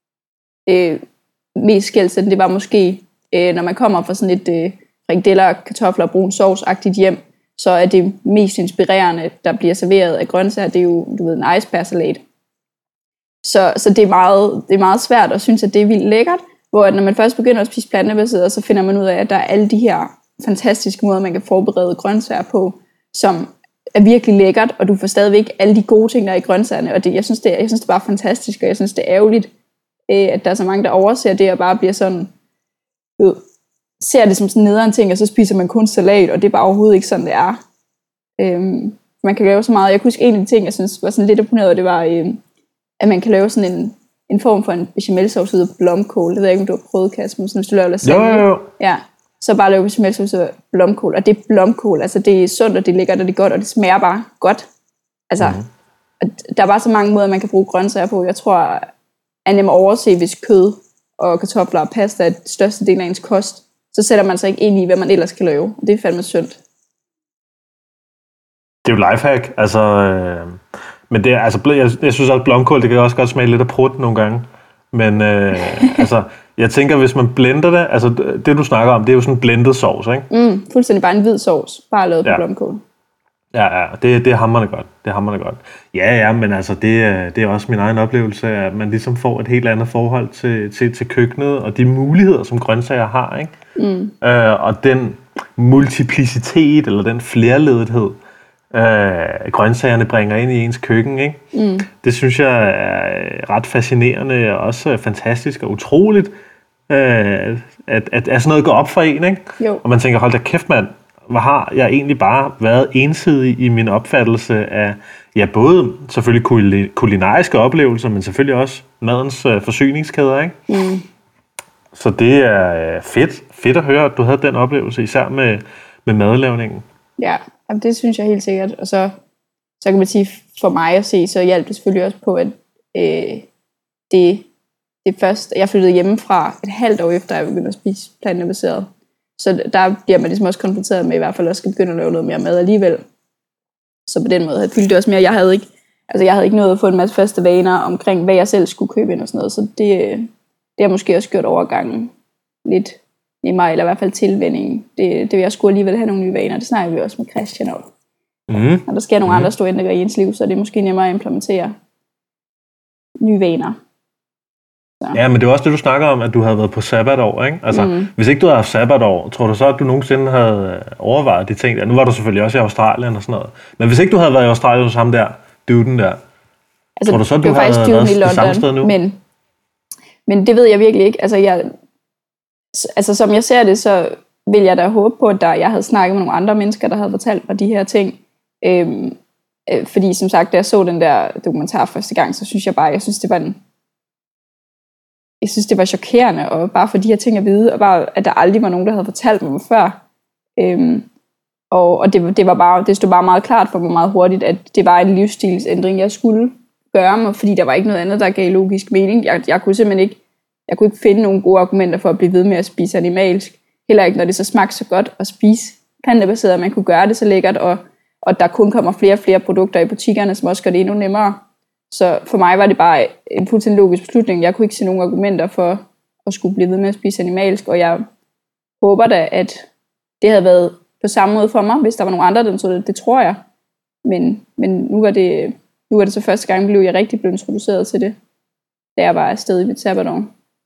Speaker 2: mest skældsættende, det var måske, når man kommer fra sådan et frikadeller, kartofler og brun sovs-agtigt hjem, så er det mest inspirerende, der bliver serveret af grøntsager, det er jo, du ved, en icebergsalat. Så det er meget svært at synes, at det er vildt lækkert, hvor når man først begynder at spise plantebaseret, så finder man ud af, at der er alle de her fantastiske måder, man kan forberede grøntsager på, som er virkelig lækkert, og du får stadigvæk alle de gode ting, der er i grøntsagerne, og jeg synes, det er bare fantastisk, og jeg synes, det er ærgerligt, at der er så mange, der overser det, og bare bliver sådan, ser det som sådan nederen ting, og så spiser man kun salat, og det er bare overhovedet ikke sådan, det er. Man kan lave så meget. Jeg kunne huske en af de ting, jeg synes var sådan lidt imponeret, det var, at man kan lave sådan en form for en bechamelsauce ud af blomkål. Det ved jeg ikke, om du har prøvet, Kasper, sådan, hvis du laver lasagne.
Speaker 1: Jo.
Speaker 2: Ja, så bare lave bechamelsauce ud af blomkål, og det er blomkål, altså det er sundt, og det er lækkert, og det er godt, og det smager bare godt. Altså, der er bare så mange måder, man kan bruge grøntsager på. Jeg tror, at nemt overse, hvis kød og kartofler og pasta er den største del af ens kost, så sætter man sig ikke ind i, hvad man ellers kan lave. Det er fandme sundt.
Speaker 1: Det er jo lifehack, altså, men det er, altså, jeg synes også, at blomkål, det kan også godt smage lidt af prut nogle gange, men altså, jeg tænker, hvis man blender det, altså det du snakker om, det er jo sådan en blendet sovs, ikke?
Speaker 2: Fuldstændig bare en hvid sovs, bare lavet på blomkål.
Speaker 1: Ja, det er hamrende godt. Ja, men altså, det er også min egen oplevelse, at man ligesom får et helt andet forhold til køkkenet, og de muligheder, som grøntsager har, ikke? Og den multiplicitet, eller den flerledethed, grøntsagerne bringer ind i ens køkken, ikke? Det synes jeg er ret fascinerende, og også fantastisk og utroligt, at sådan noget går op for en, ikke?
Speaker 2: Jo.
Speaker 1: Og man tænker, hold da kæft, mand, hvor har jeg egentlig bare været ensidig i min opfattelse af, ja, både selvfølgelig kulinariske oplevelser, men selvfølgelig også madens forsyningskæder, ikke? Så det er fedt at høre, at du havde den oplevelse, især med madlavningen.
Speaker 2: Ja, det synes jeg helt sikkert. Og så kan man sige, for mig at se, så hjalp det selvfølgelig også på, at det først, jeg flyttede hjemmefra et halvt år efter, jeg begyndte at spise plantebaseret. Så der bliver man ligesom også konfronteret med, i hvert fald også skal begynde at lave noget mere mad alligevel. Så på den måde fyldte det også mere. Jeg havde ikke nået at få en masse faste vaner omkring, hvad jeg selv skulle købe ind og sådan noget. Så det har måske også gjort overgangen lidt i mig, eller i hvert fald tilvænningen. Det vil jeg skulle alligevel have nogle nye vaner. Det snakker vi også med Christian om. Når der sker nogle andre store ændringer i ens liv, så er det måske nemmere at implementere nye vaner. Så.
Speaker 1: Ja, men det er også det, du snakker om, at du havde været på sabbatår, ikke? Altså, hvis ikke du havde haft sabbatår, tror du så, at du nogensinde havde overvejet de ting der? Nu var du selvfølgelig også i Australien og sådan noget. Men hvis ikke du havde været i Australien hos ham der, duden der, altså, tror du så, at du havde været det samme sted nu?
Speaker 2: Men det ved jeg virkelig ikke. Altså, som jeg ser det, så vil jeg da håbe på, at jeg havde snakket med nogle andre mennesker, der havde fortalt mig de her ting. Fordi som sagt, da jeg så den der dokumentar første gang, så synes jeg synes det var chokerende, og bare for de her ting at vide, og bare, at der aldrig var nogen, der havde fortalt mig før. Og det stod bare meget klart for mig meget hurtigt, at det var en livsstilsændring, jeg skulle gøre mig, fordi der var ikke noget andet, der gav logisk mening. Jeg kunne simpelthen ikke finde nogle gode argumenter for at blive ved med at spise animalsk. Heller ikke, når det så smagte så godt at spise plantebaseret, at man kunne gøre det så lækkert, og der kun kommer flere og flere produkter i butikkerne, som også gør det endnu nemmere. Så for mig var det bare en fuldstændig logisk beslutning. Jeg kunne ikke se nogen argumenter for at skulle blive ved med at spise animalsk, og jeg håber da, at det havde været på samme måde for mig, hvis der var nogle andre, der så det tror jeg. Men nu var det så første gang, jeg rigtig blev introduceret til det, da jeg var afsted i mit sabbatår.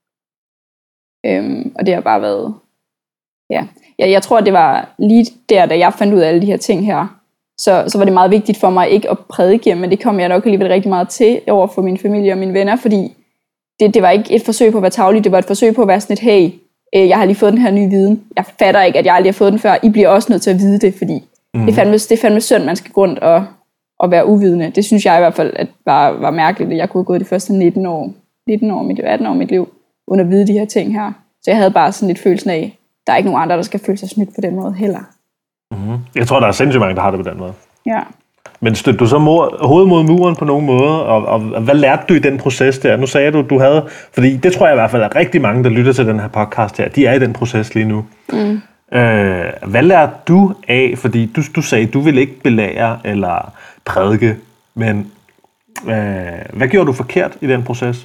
Speaker 2: Og det har bare været... Ja. Jeg tror, det var lige der, da jeg fandt ud af alle de her ting her, så var det meget vigtigt for mig ikke at prædike, men det kom jeg nok alligevel rigtig meget til over for min familie og mine venner, fordi det var ikke et forsøg på at være tarvelig, det var et forsøg på at være sådan et, hey, jeg har lige fået den her nye viden. Jeg fatter ikke, at jeg aldrig har fået den før. I bliver også nødt til at vide det, fordi det er fandme synd, man skal gå rundt og være uvidende. Det synes jeg i hvert fald, at var mærkeligt, at jeg kunne have gået de første 18 år mit liv, uden at vide de her ting her. Så jeg havde bare sådan lidt følelsen af, der er ikke nogen andre, der skal føle sig snydt på den måde heller.
Speaker 1: Jeg tror, der er sindssygt mange, der har det på den måde.
Speaker 2: Ja.
Speaker 1: Men stødte du så hovedet mod muren på nogen måde, og hvad lærte du i den proces der? Nu sagde du havde, fordi det tror jeg i hvert fald er rigtig mange, der lytter til den her podcast her, de er i den proces lige nu. Hvad lærte du af, fordi du sagde, du ville ikke belære eller prædike, men hvad gjorde du forkert i den proces?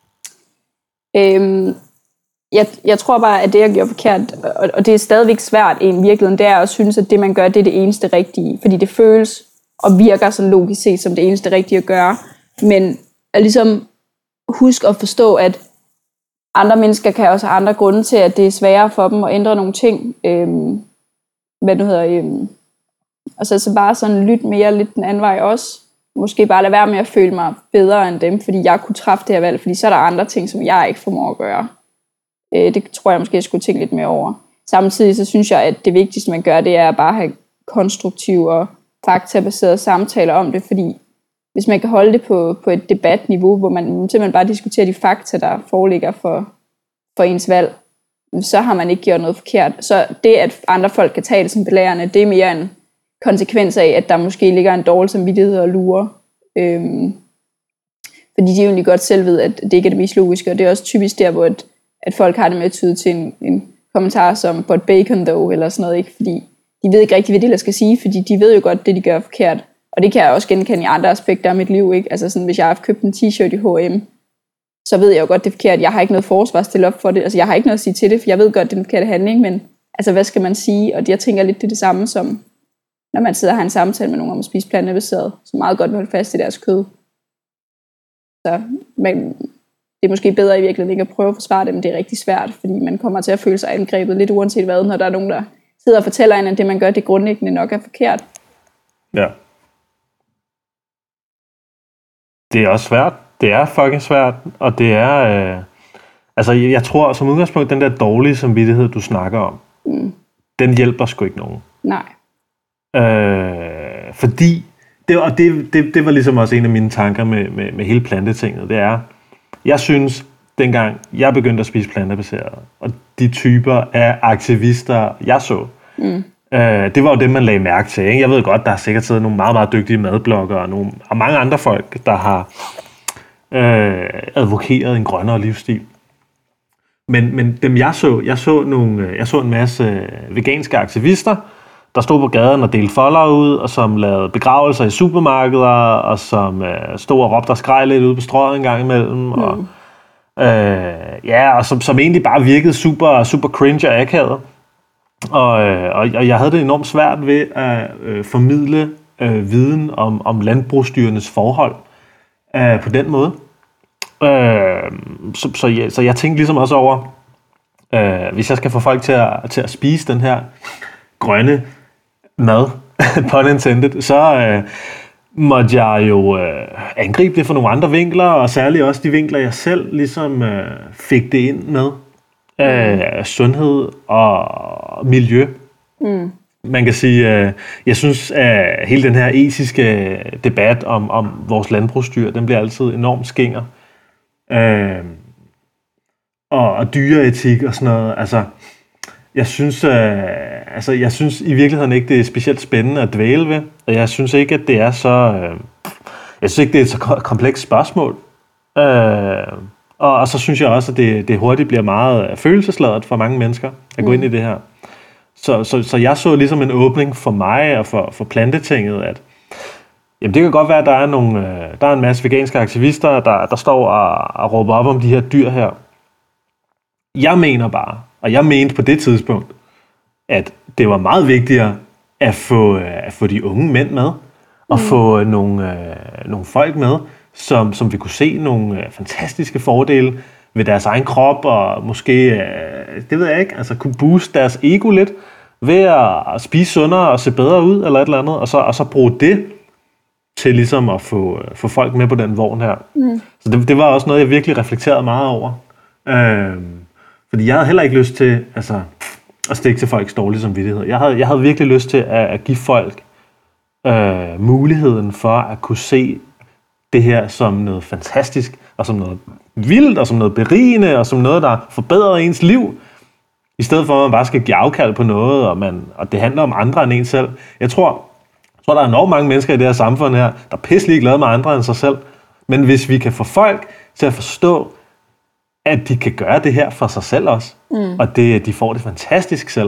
Speaker 2: Jeg tror bare, at det, jeg gjorde forkert, og det er stadigvæk svært i virkeligheden, det er at synes, at det, man gør, det er det eneste rigtige. Fordi det føles og virker sådan logisk set som det eneste rigtige at gøre. Men at ligesom huske at forstå, at andre mennesker kan også have andre grunde til, at det er sværere for dem at ændre nogle ting. Og så bare sådan lytte mere lidt den anden vej også. Måske bare lade være med at føle mig bedre end dem, fordi jeg kunne træffe det her valg, fordi så er der andre ting, som jeg ikke formår at gøre. Det tror jeg måske, jeg skulle tænke lidt mere over. Samtidig så synes jeg, at det vigtigste, man gør, det er at bare have konstruktive og faktabaserede samtaler om det, fordi hvis man kan holde det på et debatniveau, hvor man simpelthen bare diskuterer de fakta, der foreligger for ens valg, så har man ikke gjort noget forkert. Så det, at andre folk kan tage det som belærende, det er mere en konsekvens af, at der måske ligger en dårlig samvittighed og lurer. Fordi de jo egentlig godt selv ved, at det ikke er det mest logiske, og det er også typisk der, hvor at folk har det med at tyde til en kommentar som but bacon though, eller sådan noget, ikke? Fordi de ved ikke rigtig, hvad det skal sige, fordi de ved jo godt, det de gør forkert. Og det kan jeg også genkende i andre aspekter af mit liv, ikke? Altså sådan, hvis jeg har købt en t-shirt i H&M, så ved jeg jo godt, det er forkert. Jeg har ikke noget forsvar at stille op for det. Altså jeg har ikke noget at sige til det, for jeg ved godt, det er en forkert handling, men altså hvad skal man sige? Og jeg tænker lidt, det er det samme som, når man sidder og har en samtale med nogen om at spise plantebaseret, som meget godt vil holde fast i deres kød. Så det er måske bedre i virkeligheden ikke at prøve at forsvare det, men det er rigtig svært, fordi man kommer til at føle sig angrebet lidt uanset hvad, når der er nogen, der sidder og fortæller en, at det man gør, det grundlæggende nok er forkert.
Speaker 1: Ja. Det er også svært. Det er fucking svært, og det er... altså, jeg tror som udgangspunkt, den der dårlige samvittighed, du snakker om, den hjælper sgu ikke nogen.
Speaker 2: Nej.
Speaker 1: Fordi... Det var ligesom også en af mine tanker med hele plantetinget. Det er, jeg synes, dengang jeg begyndte at spise plantebaseret, og de typer af aktivister, jeg så, det var jo det, man lagde mærke til. Ikke? Jeg ved godt, der har sikkert siddet nogle meget, meget dygtige madbloggere og mange andre folk, der har advokeret en grønnere livsstil. Men dem jeg så en masse veganske aktivister, der stod på gaden og delte folder ud, og som lavede begravelser i supermarkeder, og som stod og råbte og skreg lidt ude på strøget en gang imellem. Og, og som egentlig bare virkede super, super cringe og akavet. Og jeg havde det enormt svært ved at formidle viden om landbrugsdyrenes forhold på den måde. Så jeg tænkte ligesom også over, hvis jeg skal få folk til at spise den her grønne mad, pun intended, så måtte jeg jo angribe det fra nogle andre vinkler, og særligt også de vinkler, jeg selv ligesom fik det ind med. Sundhed og miljø. Man kan sige, jeg synes, at hele den her etiske debat om vores landbrugsdyr, den bliver altid enormt skinger. Og dyreetik og sådan noget. Altså, jeg synes i virkeligheden ikke, det er specielt spændende at dvæle ved. Og jeg synes ikke, at det er så... jeg synes ikke, det er et så komplekst spørgsmål. Og så synes jeg også, at det hurtigt bliver meget følelsesladet for mange mennesker at gå ind i det her. Så jeg så ligesom en åbning for mig og for plantetinget, at jamen det kan godt være, at der er en masse veganske aktivister, der står og råber op om de her dyr her. Jeg mener bare, og jeg mente på det tidspunkt, at det var meget vigtigere at få de unge mænd med, og få nogle folk med, som vi kunne se nogle fantastiske fordele ved deres egen krop, og måske, det ved jeg ikke, altså kunne booste deres ego lidt, ved at spise sundere og se bedre ud, eller et eller andet, og så bruge det til ligesom at få folk med på den vogn her. Så det var også noget, jeg virkelig reflekterede meget over. Fordi jeg havde heller ikke lyst til at stikke til folks dårlige samvittighed. Jeg havde virkelig lyst til at give folk muligheden for at kunne se det her som noget fantastisk, og som noget vildt, og som noget berigende, og som noget, der forbedrer ens liv, i stedet for, at man bare skal give afkald på noget, og det handler om andre end en selv. Jeg tror, der er enormt mange mennesker i det her samfund her, der er pisselig glade med andre end sig selv. Men hvis vi kan få folk til at forstå, at de kan gøre det her for sig selv også, og de får det fantastisk selv,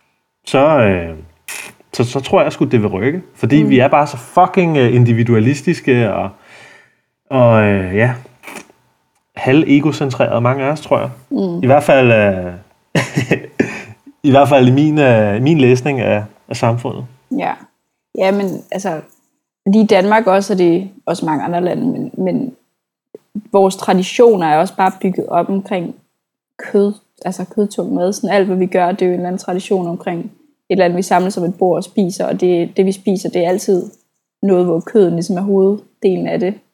Speaker 1: så tror jeg sgu, det vil rykke. Fordi vi er bare så fucking individualistiske, og halv-egocentrerede, mange af os, tror jeg. I hvert fald i min læsning af samfundet.
Speaker 2: Ja, men altså, lige i Danmark også, og det er også mange andre lande, men vores traditioner er også bare bygget op omkring kød, altså kødtung mad. Sådan alt, hvad vi gør, det er jo en eller anden tradition omkring et eller andet, vi samles om et bord og spiser, og det vi spiser, det er altid noget, hvor køden ligesom er hoveddelen af det.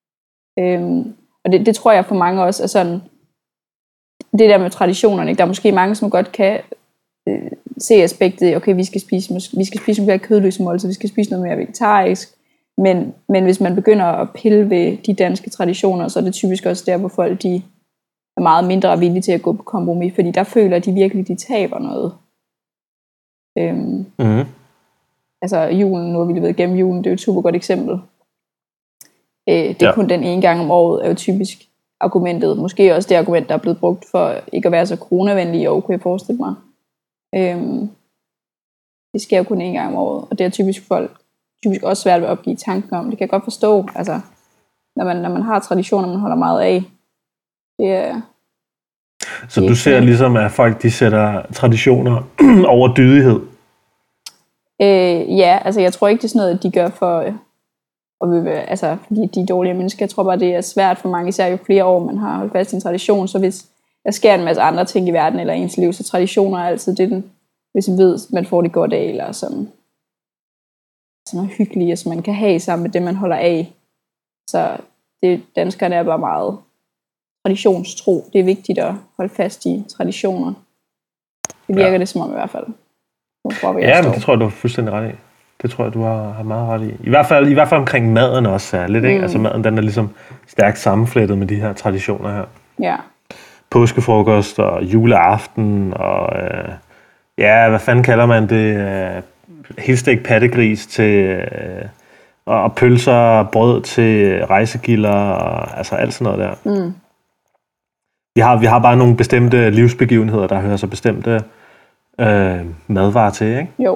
Speaker 2: Og det tror jeg for mange også er sådan, det der med traditionerne, ikke? Der er måske mange, som godt kan se aspektet, okay, vi skal spise nogle mere kødløse måltider, vi skal spise noget mere vegetarisk, men hvis man begynder at pille ved de danske traditioner, så er det typisk også der, hvor folk de er meget mindre villige til at gå på kompromis, fordi der føler de virkelig, de taber noget. Altså julen, nu har vi lige været igennem julen, det er jo et super godt eksempel. Det er kun den ene gang om året, er jo typisk argumentet. Måske også det argument, der er blevet brugt for ikke at være så coronavenlig i år, kunne jeg forestille mig. Det sker jo kun en gang om året, og det er typisk folk også svært ved at opgive tanken om. Det kan jeg godt forstå, altså, når man har traditioner, man holder meget af.
Speaker 1: Så du ser ligesom, at folk de sætter traditioner over dydighed?
Speaker 2: Ja, altså jeg tror ikke, det er sådan noget, de gør for fordi de er dårlige mennesker. Jeg tror bare, det er svært for mange, især jo flere år man har holdt fast i en tradition. Så hvis der sker en masse andre ting i verden eller ens liv, så traditioner er altid det, hvis man ved, man får det godt af, eller som er hyggelige, og som man kan have sammen med det, man holder af. Så danskerne er bare meget traditionstro. Det er vigtigt at holde fast i traditioner. Det virker det som om i hvert fald.
Speaker 1: Ja, men det tror jeg, du har fuldstændig ret i. Det tror jeg, du har meget ret i. I hvert fald omkring maden også særligt, ikke? Altså maden, den er ligesom stærkt sammenflettet med de her traditioner her.
Speaker 2: Ja.
Speaker 1: Påskefrokost og juleaften og hvad fanden kalder man det? Helstegt pattegris til og pølser og brød til rejsegilder og altså alt sådan noget der. Vi har bare nogle bestemte livsbegivenheder, der hører så bestemte madvarer til, ikke?
Speaker 2: Jo.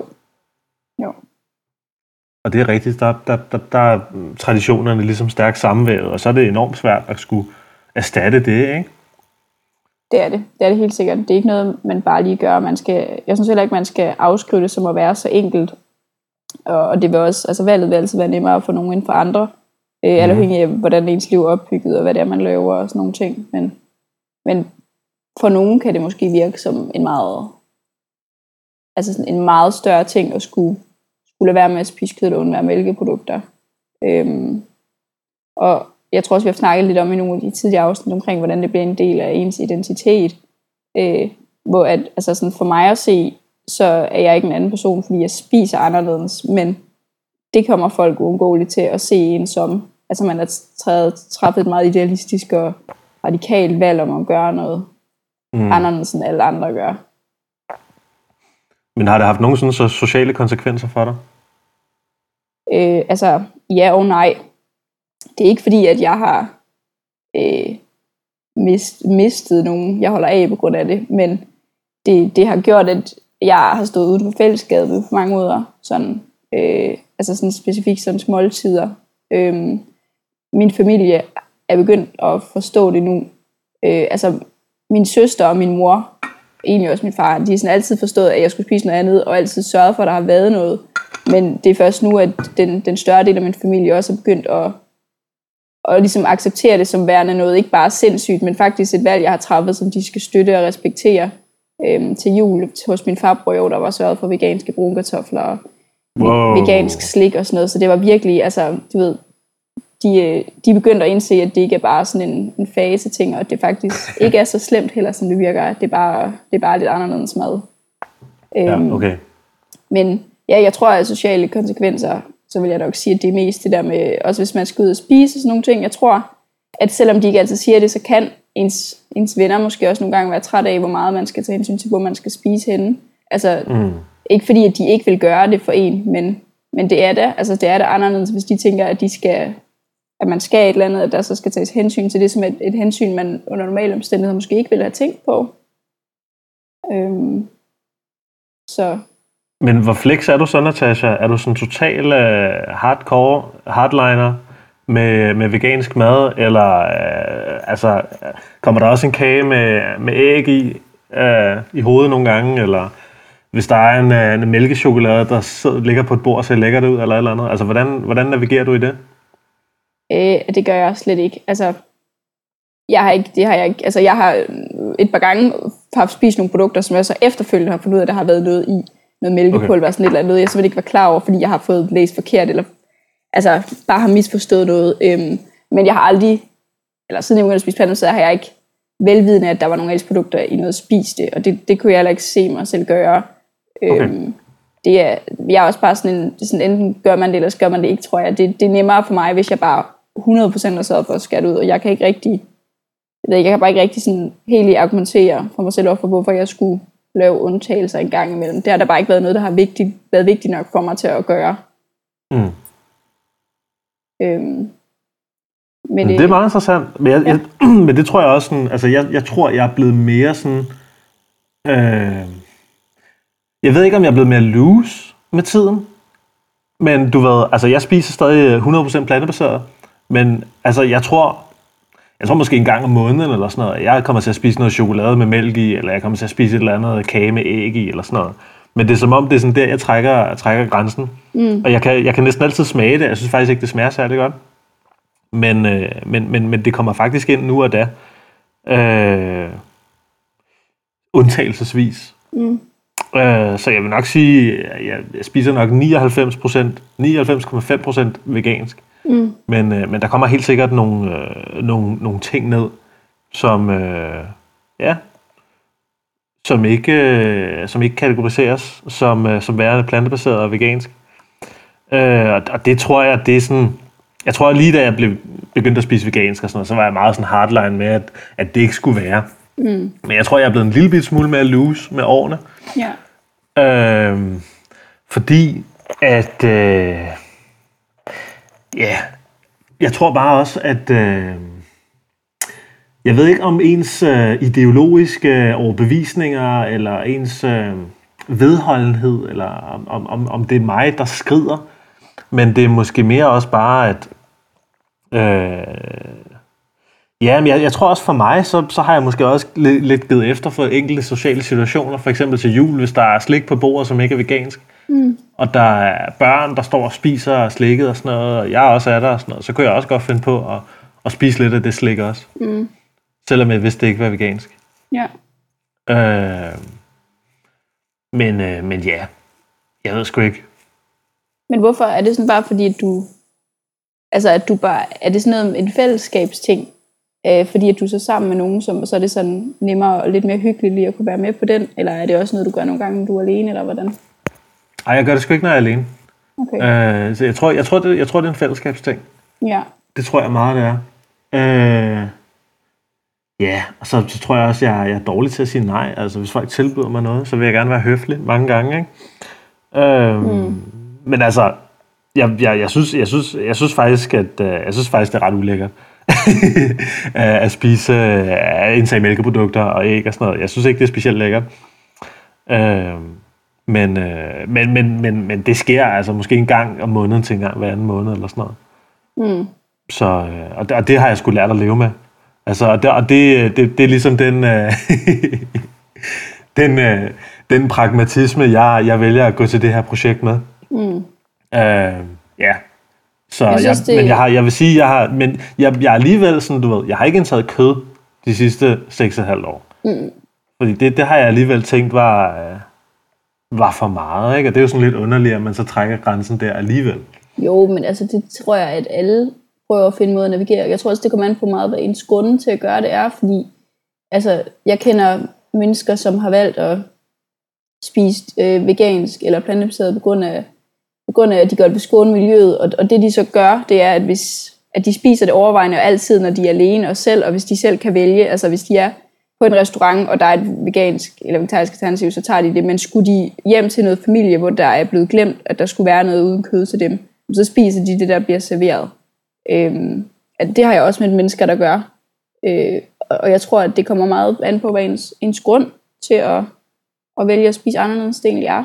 Speaker 1: Og det er rigtigt, der er traditionerne ligesom stærkt sammenvævet, og så er det enormt svært at skulle erstatte det, ikke?
Speaker 2: Det er det helt sikkert. Det er ikke noget, man bare lige gør. Jeg synes heller ikke, man skal afskrive det som at være så enkelt. Og det vil også, altså valget vil altid være nemmere for nogen end for andre. Alt afhængig af, hvordan ens liv er opbygget, og hvad det er, man laver og sådan nogle ting. Men for nogen kan det måske virke som en meget, altså sådan en meget større ting at skulle lade være med at spise kød og undvære mælkeprodukter. Og jeg tror også, vi har snakket lidt om i nogle af de tidligere afsnit omkring, hvordan det bliver en del af ens identitet. Hvor at, altså sådan for mig at se, så er jeg ikke en anden person, fordi jeg spiser anderledes, men det kommer folk uundgåeligt til at se en som. Altså man har træffet et meget idealistisk og radikalt valg om at gøre noget anderledes end alle andre gør.
Speaker 1: Men har det haft nogen sådan så sociale konsekvenser for dig?
Speaker 2: Altså ja og nej. Det er ikke fordi, at jeg har mistet nogen, jeg holder af på grund af det, men det har gjort, at jeg har stået ude på fællesskabet på mange måder, sådan, altså sådan specifikt sådan måltider. Min familie er begyndt at forstå det nu. Altså min søster og min mor, egentlig også min far, de har sådan altid forstået, at jeg skulle spise noget andet, og altid sørget for, at der har været noget. Men det er først nu, at den større del af min familie også er begyndt at ligesom acceptere det som værende noget, ikke bare sindssygt, men faktisk et valg, jeg har træffet, som de skal støtte og respektere. Til jul hos min farbror, der var sørget for veganske brunkartofler og vegansk slik og sådan noget, så det var virkelig, altså, du ved, de begyndte at indse, at det ikke er bare sådan en fase ting, og at det faktisk ikke er så slemt heller, som det virker, det er bare lidt anderledes mad.
Speaker 1: Ja, okay.
Speaker 2: Men ja, jeg tror, at sociale konsekvenser, så vil jeg nok sige, at det er mest det der med, også hvis man skal ud og spise og sådan nogle ting, jeg tror, at selvom de ikke altid siger det, så kan ens venner måske også nogle gange være træt af, hvor meget man skal tage hensyn til, hvor man skal spise henne. Altså, ikke fordi, at de ikke vil gøre det for en, men det er det. Altså, det er det anderledes, hvis de tænker, at man skal et eller andet, at der så skal tages hensyn til det, som et hensyn, man under normale omstændigheder måske ikke ville have tænkt på. Så.
Speaker 1: Men hvor flex er du så, Natasha? Er du sådan total hardcore, hardliner med vegansk mad, eller altså kommer der også en kage med æg i hovedet nogle gange, eller hvis der er en mælkechokolade, der ligger på et bord, så lægger det ud, eller et eller andet? Altså, hvordan navigerer du i det?
Speaker 2: Det gør jeg slet ikke. Altså, jeg har et par gange haft spist nogle produkter, som jeg så efterfølgende har fundet ud af, at der har været noget mælkepulver, sådan et eller andet, jeg simpelthen ikke var klar over, fordi jeg har fået læst forkert, eller altså bare har misforstået noget. Men jeg har aldrig, eller siden jeg begyndte at spise plantebaseret, har jeg ikke velvidende, at der var nogle af produkter i noget spiste, og det kunne jeg heller ikke se mig selv gøre. Okay. Jeg er også bare sådan enten gør man det, eller gør man det ikke, tror jeg. Det er nemmere for mig, hvis jeg bare 100% er sørget for at skære ud, og jeg kan bare ikke rigtig sådan helt argumentere for mig selv over for, hvorfor jeg skulle lave undtagelser en gang imellem. Det har der bare ikke været noget, der har været vigtigt nok for mig til at gøre.
Speaker 1: Men det er meget interessant. Men, men det tror jeg også sådan, altså jeg tror, jeg er blevet mere sådan, jeg ved ikke, om jeg er blevet mere loose med tiden, men du ved, altså jeg spiser stadig 100% plantebaseret, men altså jeg tror måske en gang om måneden eller sådan noget, jeg kommer til at spise noget chokolade med mælk i, eller jeg kommer til at spise et eller andet kage med æg i, eller sådan noget. Men det er som om, det er sådan der, jeg trækker grænsen. Og jeg kan næsten altid smage det. Jeg synes faktisk ikke, det smager særlig godt. Men det kommer faktisk ind nu og da. Undtagelsesvis. Så jeg vil nok sige, at jeg spiser nok 99,5% vegansk. Men der kommer helt sikkert nogle ting ned, som ikke kategoriseres som værende plantebaseret og vegansk. Og det tror jeg, det er sådan. Jeg tror lige da jeg begyndte at spise vegansk og sådan noget, så var jeg meget sådan hardline med, at det ikke skulle være. Men jeg tror, jeg er blevet en lille bit smule mere loose med årene.
Speaker 2: Ja.
Speaker 1: Fordi at jeg tror bare også, at jeg ved ikke om ens ideologiske overbevisninger, eller ens vedholdenhed, eller om det er mig, der skrider, men det er måske mere også bare, at men jeg tror også for mig, så har jeg måske også lidt givet efter for enkelte sociale situationer, for eksempel til jul, hvis der er slik på bordet, som ikke er vegansk, og der er børn, der står og spiser slikket og sådan noget, og jeg også er der og sådan noget, så kunne jeg også godt finde på at spise lidt af det slik også. Selvom jeg vidste, det ikke var vegansk.
Speaker 2: Ja.
Speaker 1: Men ja, jeg ved sgu ikke.
Speaker 2: Men hvorfor? Er det sådan bare fordi, at du... Altså, at du bare... Er det sådan noget en fællesskabsting? Fordi at du er så sammen med nogen, så er det sådan nemmere og lidt mere hyggeligt lige at kunne være med på den? Eller er det også noget, du gør nogle gange, når du er alene, eller hvordan?
Speaker 1: Ej, jeg gør det sgu ikke, når jeg er alene.
Speaker 2: Okay.
Speaker 1: Så jeg tror, det er en fællesskabsting.
Speaker 2: Ja.
Speaker 1: Det tror jeg meget, det er. Ja, og så tror jeg også, jeg er dårlig til at sige nej. Altså, hvis folk tilbyder mig noget, så vil jeg gerne være høflig mange gange, ikke? Men altså, jeg synes faktisk, at det er ret ulækkert at spise indtage mælkeprodukter og æg og sådan noget. Jeg synes ikke, det er specielt lækkert. Men det sker altså måske en gang om måneden til en gang hver anden måned eller sådan noget. Så, og det har jeg sgu lært at leve med. Altså, og det er ligesom den pragmatisme, jeg vælger at gå til det her projekt med. Ja. Så jeg vil sige, jeg er alligevel sådan, du ved, jeg har ikke indtaget kød de sidste 6,5 år. Fordi det har jeg alligevel tænkt var for meget, ikke? Og det er jo sådan lidt underligt, at man så trækker grænsen der alligevel.
Speaker 2: Jo, men altså det tror jeg, at alle prøver at finde måde at navigere. Jeg tror også, det kommer an på meget, hvad ens grunde til at gøre det er, fordi altså, jeg kender mennesker, som har valgt at spise vegansk eller plantebaseret på grund af, at de gør det på skåne miljøet, og det de så gør, det er, at de spiser det overvejende og altid, når de er alene og selv, og hvis de selv kan vælge, altså hvis de er på en restaurant, og der er et vegansk eller vegetarisk alternativ, så tager de det, men skulle de hjem til noget familie, hvor der er blevet glemt, at der skulle være noget uden kød til dem, så spiser de det, der bliver serveret. Det har jeg også med mennesker, der gør. Og jeg tror, at det kommer meget an på, hvad ens grund til at vælge at spise anderledes, det egentlig er.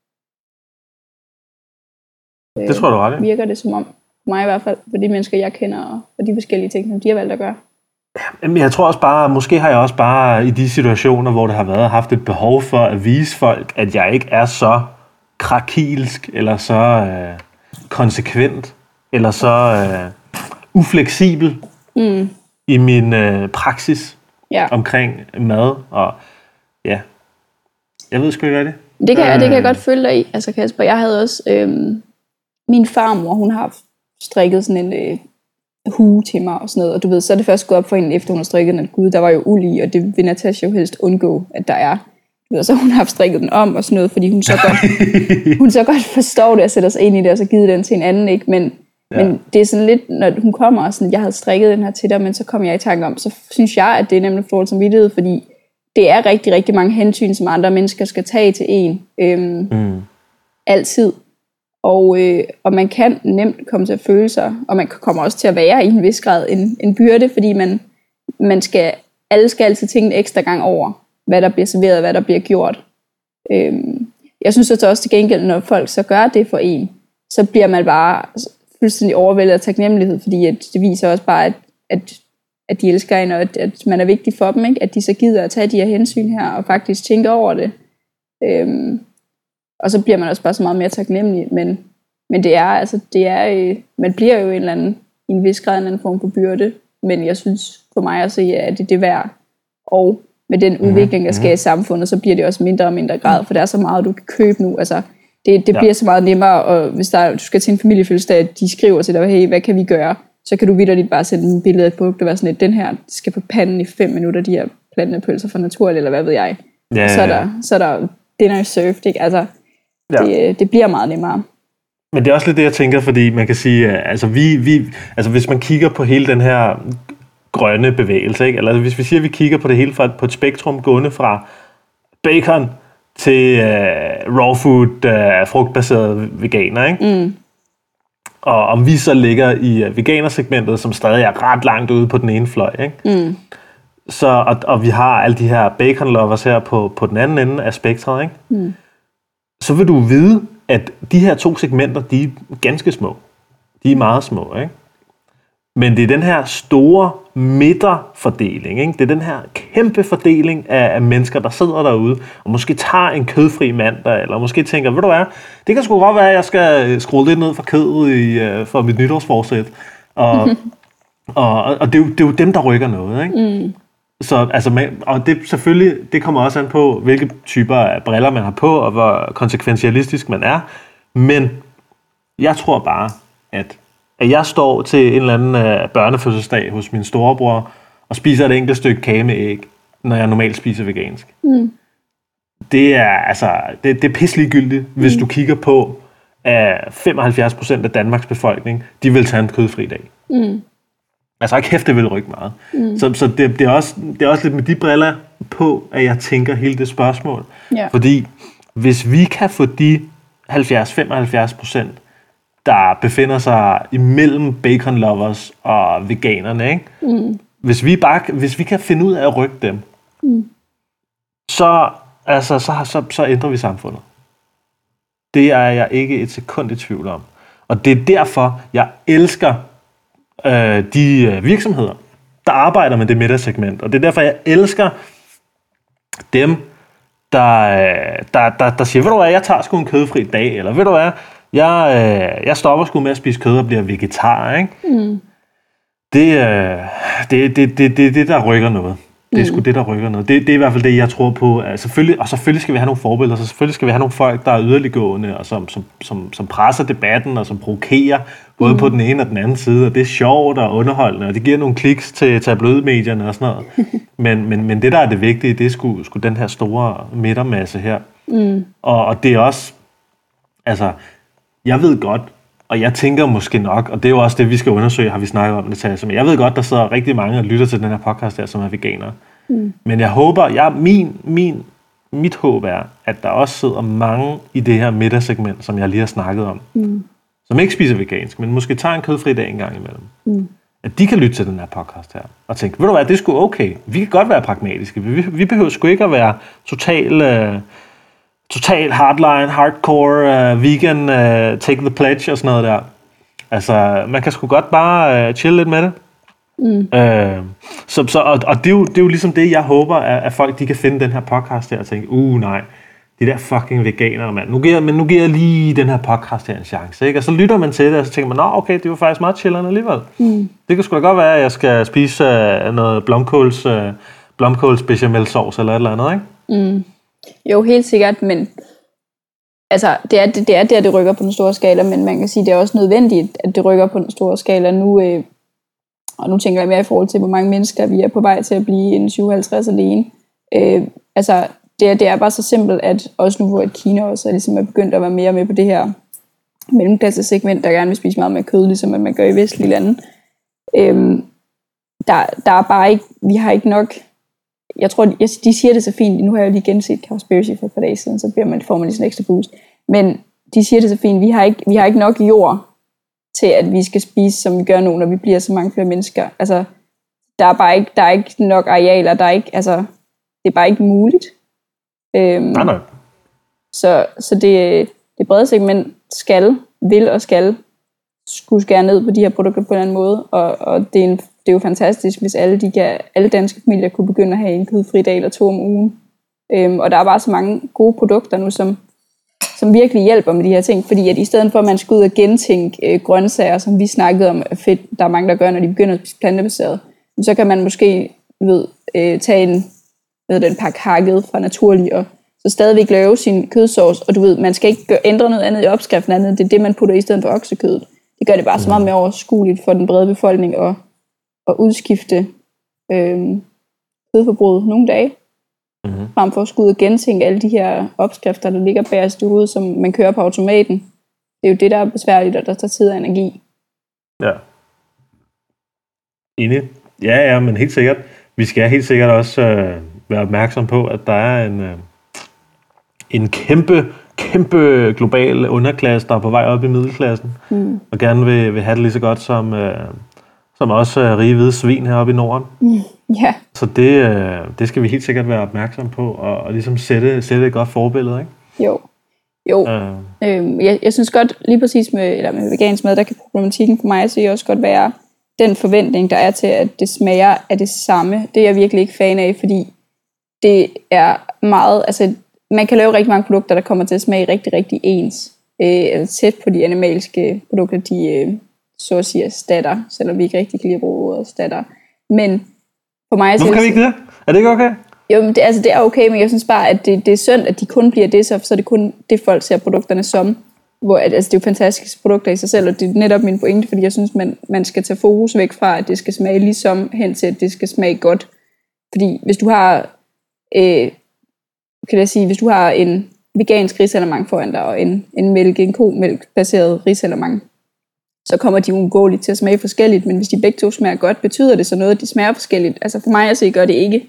Speaker 1: Det tror du ret i.
Speaker 2: Virker det som om, mig i hvert fald, for de mennesker, jeg kender, og for de forskellige ting, som de har valgt at gøre.
Speaker 1: Jamen, jeg tror også bare, måske har jeg også bare i de situationer, hvor det har været, haft et behov for at vise folk, at jeg ikke er så krakilsk, eller så konsekvent, eller så ufleksibel i min praksis omkring mad, og ja, jeg ved sgu ikke, hvad det er.
Speaker 2: Det kan jeg godt følge dig i, altså Kasper. Jeg havde også, min farmor, hun har strikket sådan en hue til mig og sådan noget, og du ved, så er det først gået op for hende, efter hun har strikket den, at gud, der var jo uld i, og det vil Natasha jo helst undgå, at der er. Du ved, så hun har strikket den om og sådan noget, fordi hun så godt forstår det og sætter sig ind i det, og så givet den til en anden, ikke? Men det er sådan lidt, når hun kommer og sådan, jeg havde strikket den her til dig, men så kom jeg i tanke om, så synes jeg, at det er nemlig forhold som vidtighed, fordi det er rigtig, rigtig mange hensyn, som andre mennesker skal tage til en. Altid. Og man kan nemt komme til at føle sig, og man kommer også til at være i en vis grad en byrde, fordi alle skal altid tænke en ekstra gang over, hvad der bliver serveret, hvad der bliver gjort. Jeg synes også til gengæld, når folk så gør det for en, så bliver man bare fuldstændig overvældet af taknemmelighed, fordi at det viser også bare, at de elsker en, og at man er vigtig for dem, ikke? At de så gider at tage de her hensyn her, og faktisk tænke over det. Og så bliver man også bare så meget mere taknemmelig, men det er, man bliver jo i en vis grad en anden form for byrde, men jeg synes for mig at se, at det er værd, og med den udvikling, der sker i samfundet, så bliver det også mindre og mindre grad, for der er så meget, du kan købe nu, altså det bliver så meget nemmere, og hvis du skal til en familiefødselsdag, at de skriver til dig, hey, hvad kan vi gøre? Så kan du vitterligt bare sende en billede af et produkt, og være sådan lidt, den her skal på panden i 5 minutter, de her plantepølser fra Naturligt, eller hvad ved jeg. Ja, og så er der dinner served, ikke? Altså, det bliver meget nemmere.
Speaker 1: Men det er også lidt det, jeg tænker, fordi man kan sige, altså altså hvis man kigger på hele den her grønne bevægelse, ikke? Eller hvis vi siger, at vi kigger på det hele på et spektrum, gående fra bacon til raw food, frugtbaseret veganer, ikke? Og om vi så ligger i veganersegmentet, som stadig er ret langt ude på den ene fløj, ikke? Så, og vi har alle de her bacon lovers her på den anden ende af spektret, ikke? Så vil du vide, at de her 2 segmenter, de er ganske små. De er meget små, ikke? Men det er den her store midterfordeling, ikke? Det er den her kæmpe fordeling af mennesker, der sidder derude, og måske tager en kødfri mandag, eller måske tænker, ved du hvad, det kan sgu godt være, at jeg skal skrue lidt ned for kødet for mit nytårsforsæt. Og det er jo dem, der rykker noget, ikke? Så, altså, og det selvfølgelig, det kommer også an på, hvilke typer af briller man har på, og hvor konsekventialistisk man er. Men jeg tror bare, at jeg står til en eller anden børnefødselsdag hos min storebror, og spiser et enkelt stykke kage med æg, når jeg normalt spiser vegansk. Det er pisseligegyldigt, hvis du kigger på, at 75% af Danmarks befolkning, de vil tage en kødfri dag. Altså ikke kæft, det vil rykke meget. Så det er også lidt med de briller på, at jeg tænker hele det spørgsmål.
Speaker 2: Ja.
Speaker 1: Fordi hvis vi kan få de 70-75%, der befinder sig imellem bacon lovers og veganerne, ikke? Hvis vi kan finde ud af at rykke dem, så ændrer vi samfundet. Det er jeg ikke et sekund i tvivl om. Og det er derfor, jeg elsker de virksomheder, der arbejder med det middagssegment. Og det er derfor, jeg elsker dem, der siger, ved du hvad, jeg tager sgu en kødfri dag, eller ved du hvad, jeg stopper sgu med at spise kød og bliver vegetar, ikke? Det er det, der rykker noget. Det er sgu det, der rykker noget. Det er i hvert fald det, jeg tror på. Selvfølgelig skal vi have nogle forbilleder, så selvfølgelig skal vi have nogle folk, der er yderliggående, og som presser debatten, og som provokerer, både på den ene og den anden side, og det er sjovt og underholdende, og det giver nogle kliks til tabloidmedierne og sådan noget. Men det, der er det vigtige, det er sgu den her store midtermasse her. Og det er også, altså, jeg ved godt, og jeg tænker måske nok, og det er jo også det, vi skal undersøge, har vi snakket om det til, men jeg ved godt, der sidder rigtig mange og lytter til den her podcast her, som er veganere. Men jeg håber, mit håb er, at der også sidder mange i det her middagssegment, som jeg lige har snakket om, som ikke spiser vegansk, men måske tager en kødfri dag en gang imellem. At de kan lytte til den her podcast her, og tænke, ved du hvad, det er sgu okay. Vi kan godt være pragmatiske. Vi behøver sgu ikke at være total hardline, hardcore, vegan, take the pledge og sådan noget der. Altså, man kan sgu godt bare chill lidt med det. Og det er jo ligesom det, jeg håber, at folk de kan finde den her podcast her og tænke, nej, de der fucking veganere, mand. Nu giver jeg lige den her podcast her en chance, ikke? Og så lytter man til det, og så tænker man, okay, det var faktisk meget chillende alligevel. Det kan sgu da godt være, at jeg skal spise noget blomkåls bechamelsauce eller et eller andet, ikke?
Speaker 2: Jo, helt sikkert, men altså, det er der, det rykker på den store skala, men man kan sige, det er også nødvendigt, at det rykker på den store skala nu, og nu tænker jeg mere i forhold til, hvor mange mennesker vi er på vej til at blive en 57 alene. Altså, det er bare så simpelt, at også nu, hvor Kina også ligesom er begyndt at være mere med på det her mellemklassesegment, der gerne vil spise meget mere kød, ligesom at man gør i vestlige lande. Der er bare ikke, vi har ikke nok. Jeg tror, de siger det så fint. Nu har jeg jo lige genset Cowspiracy for et par dage siden, så får man lige sådan en ekstra boost. Men de siger det så fint. Vi har ikke nok jord til, at vi skal spise, som vi gør nu, når vi bliver så mange flere mennesker. Altså, der er ikke nok arealer. Der er ikke, altså, det er bare ikke muligt.
Speaker 1: Nej.
Speaker 2: Så det brede segment skal skulle skære ned på de her produkter på en eller anden måde. Og det er jo fantastisk, hvis alle danske familier kunne begynde at have en kødfri dag eller 2 om ugen. Og der er bare så mange gode produkter nu, som virkelig hjælper med de her ting. Fordi at i stedet for, at man skal ud og gentænke grøntsager, som vi snakkede om, fedt, der er mange, der gør, når de begynder at spise plantebaseret, så kan man måske tage en pakke hakket fra Naturlig, og så stadigvæk lave sin kødsovs. Og du ved, man skal ikke ændre noget andet i opskriften andet. Det er det, man putter i stedet for oksekødet. Det gør det bare så meget mere overskueligt for den brede befolkning at udskifte kødforbruget nogle dage, frem for at skulle ud og gentænke alle de her opskrifter, der ligger bagerst i hovedet, som man kører på automaten. Det er jo det, der er besværligt, og der tager tid og energi. Ja.
Speaker 1: Enig. Ja, men helt sikkert. Vi skal helt sikkert også være opmærksom på, at der er en kæmpe global underklasse, der er på vej op i middelklassen, og gerne vil have det lige så godt som også rige hvide svin heroppe i Norden.
Speaker 2: Ja.
Speaker 1: Så det skal vi helt sikkert være opmærksom på, og ligesom sætte et godt forbillede, ikke?
Speaker 2: Jo. Jeg synes godt, lige præcis med vegansk mad, der kan problematikken for mig så også godt være, den forventning, der er til, at det smager af det samme, det er jeg virkelig ikke fan af, fordi det er meget, altså man kan lave rigtig mange produkter, der kommer til at smage rigtig, rigtig ens. Tæt på de animalske produkter, de så at sige erstatter, selvom vi ikke rigtig kan lide at bruge ordet erstatter. Men for mig...
Speaker 1: Hvorfor kan vi ikke det? Er det ikke okay?
Speaker 2: Jo, men det er okay, men jeg synes bare, at det er synd, at de kun bliver det, så er det kun det, folk ser produkterne som. Hvor, altså, det er jo fantastiske produkter i sig selv, og det er netop min pointe, fordi jeg synes, man skal tage fokus væk fra, at det skal smage ligesom hen til, at det skal smage godt. Fordi hvis du har, hvis du har en vegansk risalamande foran dig, og en komælk-baseret risalamande, så kommer de uundgåeligt til at smage forskelligt, men hvis de begge to smager godt, betyder det så noget, at de smager forskelligt. Altså for mig at se, gør det ikke.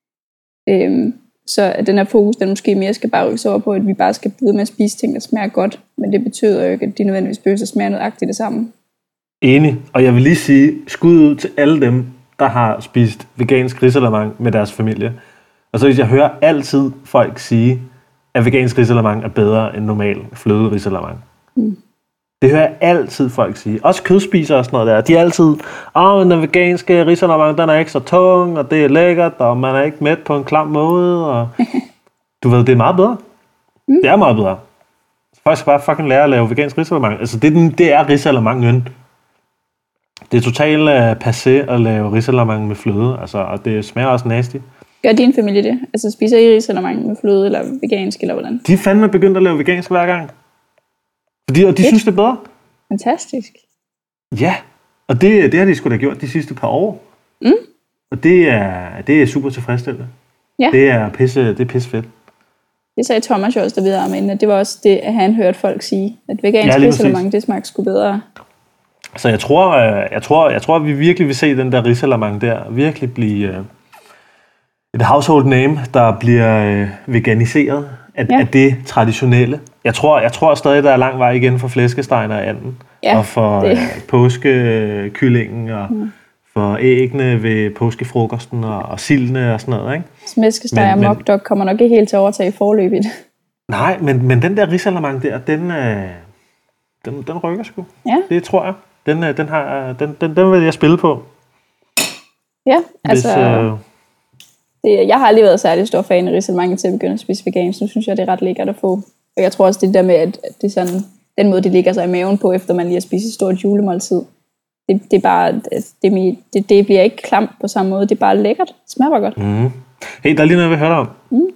Speaker 2: Så at den her fokus, den måske mere skal bare rykkes over på, at vi bare skal blive med at spise ting, der smager godt, men det betyder jo ikke, at de nødvendigvis behøver at smage nøjagtigt det samme.
Speaker 1: Enig, og jeg vil lige sige, skud ud til alle dem, der har spist vegansk risalamande med deres familie. Og så hvis jeg hører altid folk sige, at vegansk risalamande er bedre end normal fløde risalamande. Det hører jeg altid folk sige. Også kødspisere og sådan noget der. De er altid, men den veganske risalamande, den er ikke så tung, og det er lækkert, og man er ikke mæt på en klam måde. Og du ved, det er meget bedre. Det er meget bedre. Folk skal bare fucking lære at lave vegansk risalamande. Altså, det er risalamanden. Det er totalt passé at lave risalamande med fløde, altså, og det smager også nasty.
Speaker 2: Gør din familie det? Altså, spiser I risalamande med fløde, eller vegansk, eller hvordan?
Speaker 1: De er fandme begyndt at lave vegansk hver gang. Og de synes, det er bedre.
Speaker 2: Fantastisk.
Speaker 1: Ja, og det har de sgu da gjort de sidste par år. Og det er super tilfredsstillende.
Speaker 2: Ja.
Speaker 1: Det er pisse fedt. Det
Speaker 2: sagde Thomas jo også, der videre om inden, at det var også det, at han hørte folk sige, at vegansk risalamande, det smagte sgu bedre.
Speaker 1: Så jeg tror, at vi virkelig vil se den der risalamande der virkelig blive et household name, der bliver veganiseret af det traditionelle. Jeg tror stadig, der er lang vej igen for flæskestegen og anden. Ja, og for påskekyllingen og for æggene ved påskefrokosten og sildene og sådan noget, ikke?
Speaker 2: Smæskesteg og mockdog kommer nok ikke helt til at overtage forløbet.
Speaker 1: Nej, men den der risalamande der, den rykker sgu.
Speaker 2: Ja.
Speaker 1: Det tror jeg. Den vil jeg spille på.
Speaker 2: Ja, altså... Jeg har aldrig været særlig stor fan af risalamande til at begynde at spise vegansk. Så synes jeg, det er ret lækkert at få. Og jeg tror også, det der med, at det er sådan, den måde, det ligger sig i maven på, efter man lige har spist et stort julemåltid. Det er bare, det bliver ikke klamt på samme måde. Det er bare lækkert. Det smager bare godt.
Speaker 1: Hey, der er lige noget, jeg vil høre dig om.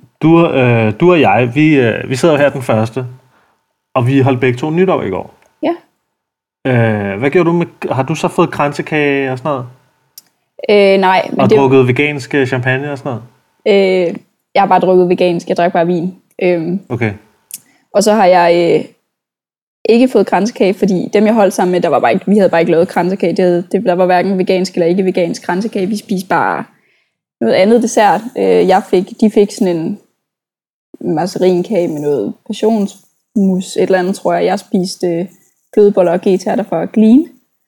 Speaker 1: Du og jeg, vi sidder her den første, og vi holdt begge to nytår i går.
Speaker 2: Ja.
Speaker 1: Hvad gjorde du med, har du så fået kransekage og sådan noget?
Speaker 2: Nej. Men
Speaker 1: og drukket vegansk champagne og sådan noget?
Speaker 2: Jeg har bare drukket vegansk. Jeg drak bare vin.
Speaker 1: Okay.
Speaker 2: Og så har jeg ikke fået kransekage, fordi dem jeg holdt sammen med, vi havde bare ikke lavet kransekage. Der var hverken vegansk eller ikke vegansk kransekage. Vi spiste bare noget andet dessert. De fik sådan en marcerinkage med noget passionsmus, et eller andet, tror jeg. Jeg spiste flødeboller og g-tærter fra Glean.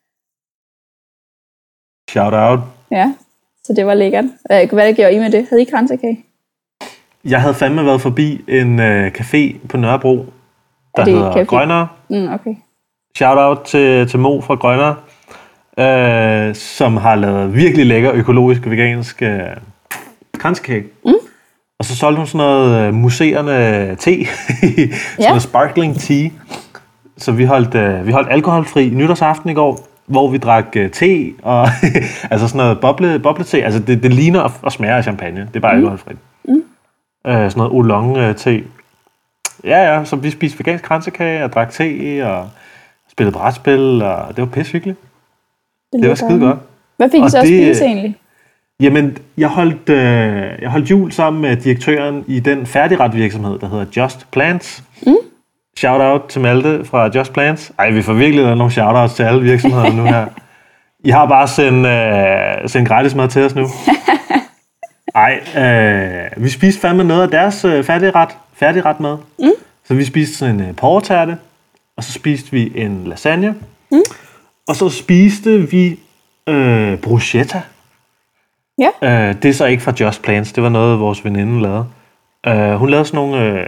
Speaker 1: Shout out.
Speaker 2: Ja, så det var lækkert. Hvad gjorde I med det? Havde I kransekage?
Speaker 1: Jeg havde fandme været forbi en café på Nørrebro, der hedder Grønner.
Speaker 2: Okay.
Speaker 1: Shout out til Mo fra Grønner, som har lavet virkelig lækker økologisk vegansk kransekage. Og så solgte hun sådan noget museerne te, sådan noget sparkling tea. Så vi holdt alkoholfri nytårsaften i går, hvor vi drak te og altså sådan noget boble-te. Altså det ligner og smager af champagne. Det er bare alkoholfrit. Sådan noget oolong-te. Ja, så vi spiste vegansk kransekage og drak te og spillede brætspil, og det var pissehyggeligt. Det var skide godt.
Speaker 2: Hvad fik I så at spise egentlig?
Speaker 1: Jamen, jeg holdt jul sammen med direktøren i den færdigretvirksomhed, der hedder Just Plants. Shout-out til Malte fra Just Plants. Ej, vi får virkelig nogle shout-outs til alle virksomheder nu her. I har bare sendt gratis mad til os nu. Ej, vi spiste fandme noget af deres færdigret mad. Så vi spiste sådan en porretærte, og så spiste vi en lasagne, og så spiste vi bruschetta.
Speaker 2: Ja.
Speaker 1: Det er så ikke fra Just Plants, det var noget, vores veninde lavede. Hun lavede sådan nogle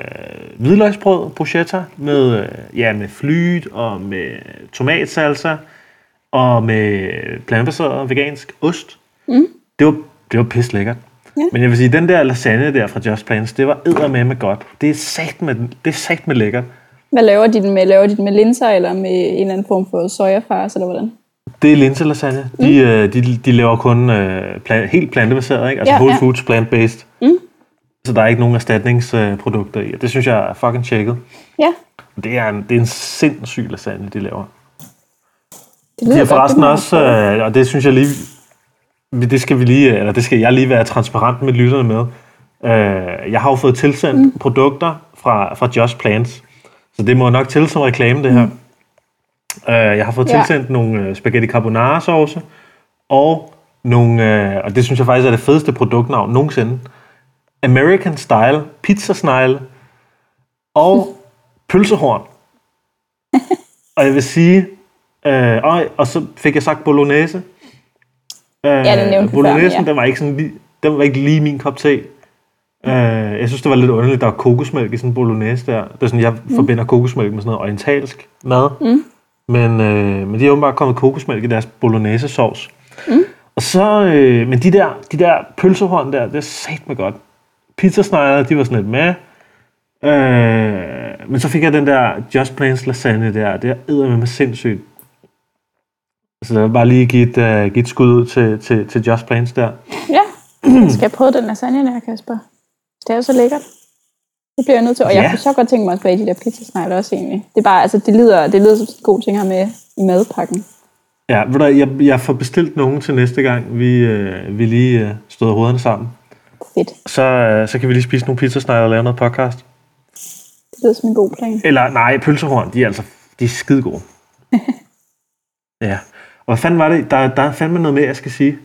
Speaker 1: hvidløgsbrød, bruschetta, med flyt og med tomatsalsa. og med plantebaseret vegansk ost. Det var pisse lækkert.
Speaker 2: Ja.
Speaker 1: Men jeg vil sige, den der lasagne der fra Just Plants, det var eddermame godt. Det er sat med lækkert.
Speaker 2: Hvad laver de den med? Laver de den med linser, eller med en eller anden form for sojafars, eller hvordan?
Speaker 1: Det er linselasagne. De laver kun helt plantebaseret, ikke? Altså whole foods, plant-based. Så der er ikke nogen erstatningsprodukter i. Det synes jeg er fucking tjekket.
Speaker 2: Ja.
Speaker 1: Det er en sindssyg lasagne, de laver.
Speaker 2: Det
Speaker 1: De har forresten også, og det synes jeg lige, det skal jeg lige være transparent med lytterne med. Jeg har jo fået tilsendt produkter fra Just Plants, så det må nok til som reklame, det her. Jeg har fået tilsendt nogle spaghetti carbonara sauce, og og det synes jeg faktisk er det fedeste produktnavn nogensinde, American Style pizzasnegle og pølsehorn. Og jeg vil sige, og så fik jeg sagt bolognese.
Speaker 2: Den nævnte
Speaker 1: Bolognesen, den var ikke lige min kop te. Jeg synes, det var lidt underligt, der var kokosmælk i sådan en bolognese der. Det er sådan, jeg forbinder kokosmælk med sådan noget orientalsk mad. Men de har åbenbart kommet kokosmælk i deres bolognese sauce. Og så, men de der pølsehorn der, det er satme godt. Pizzasnegler, de var sådan lidt med. Men så fik jeg den der Just Plants lasagne der. Det er eddermame sindssygt. Så jeg vil bare lige give et skud ud til Just Plants der.
Speaker 2: Ja, skal jeg prøve den lasagne der, Kasper? Det er så lækkert. Det bliver jeg nødt til. Og jeg kunne så godt tænke mig at smage de der pizzasnegle også egentlig. Det er bare, altså det lyder som en god ting her med i madpakken.
Speaker 1: Ja, ved du, jeg får bestilt nogen til næste gang, vi lige støder hovederne sammen.
Speaker 2: Fedt.
Speaker 1: Så kan vi lige spise nogle pizzasnegle og lave noget podcast.
Speaker 2: Det lyder som en god plan.
Speaker 1: Eller nej, pølsehorn, de er skide gode. Ja. Og hvad fanden var det? Der er fandme noget mere, jeg skal sige.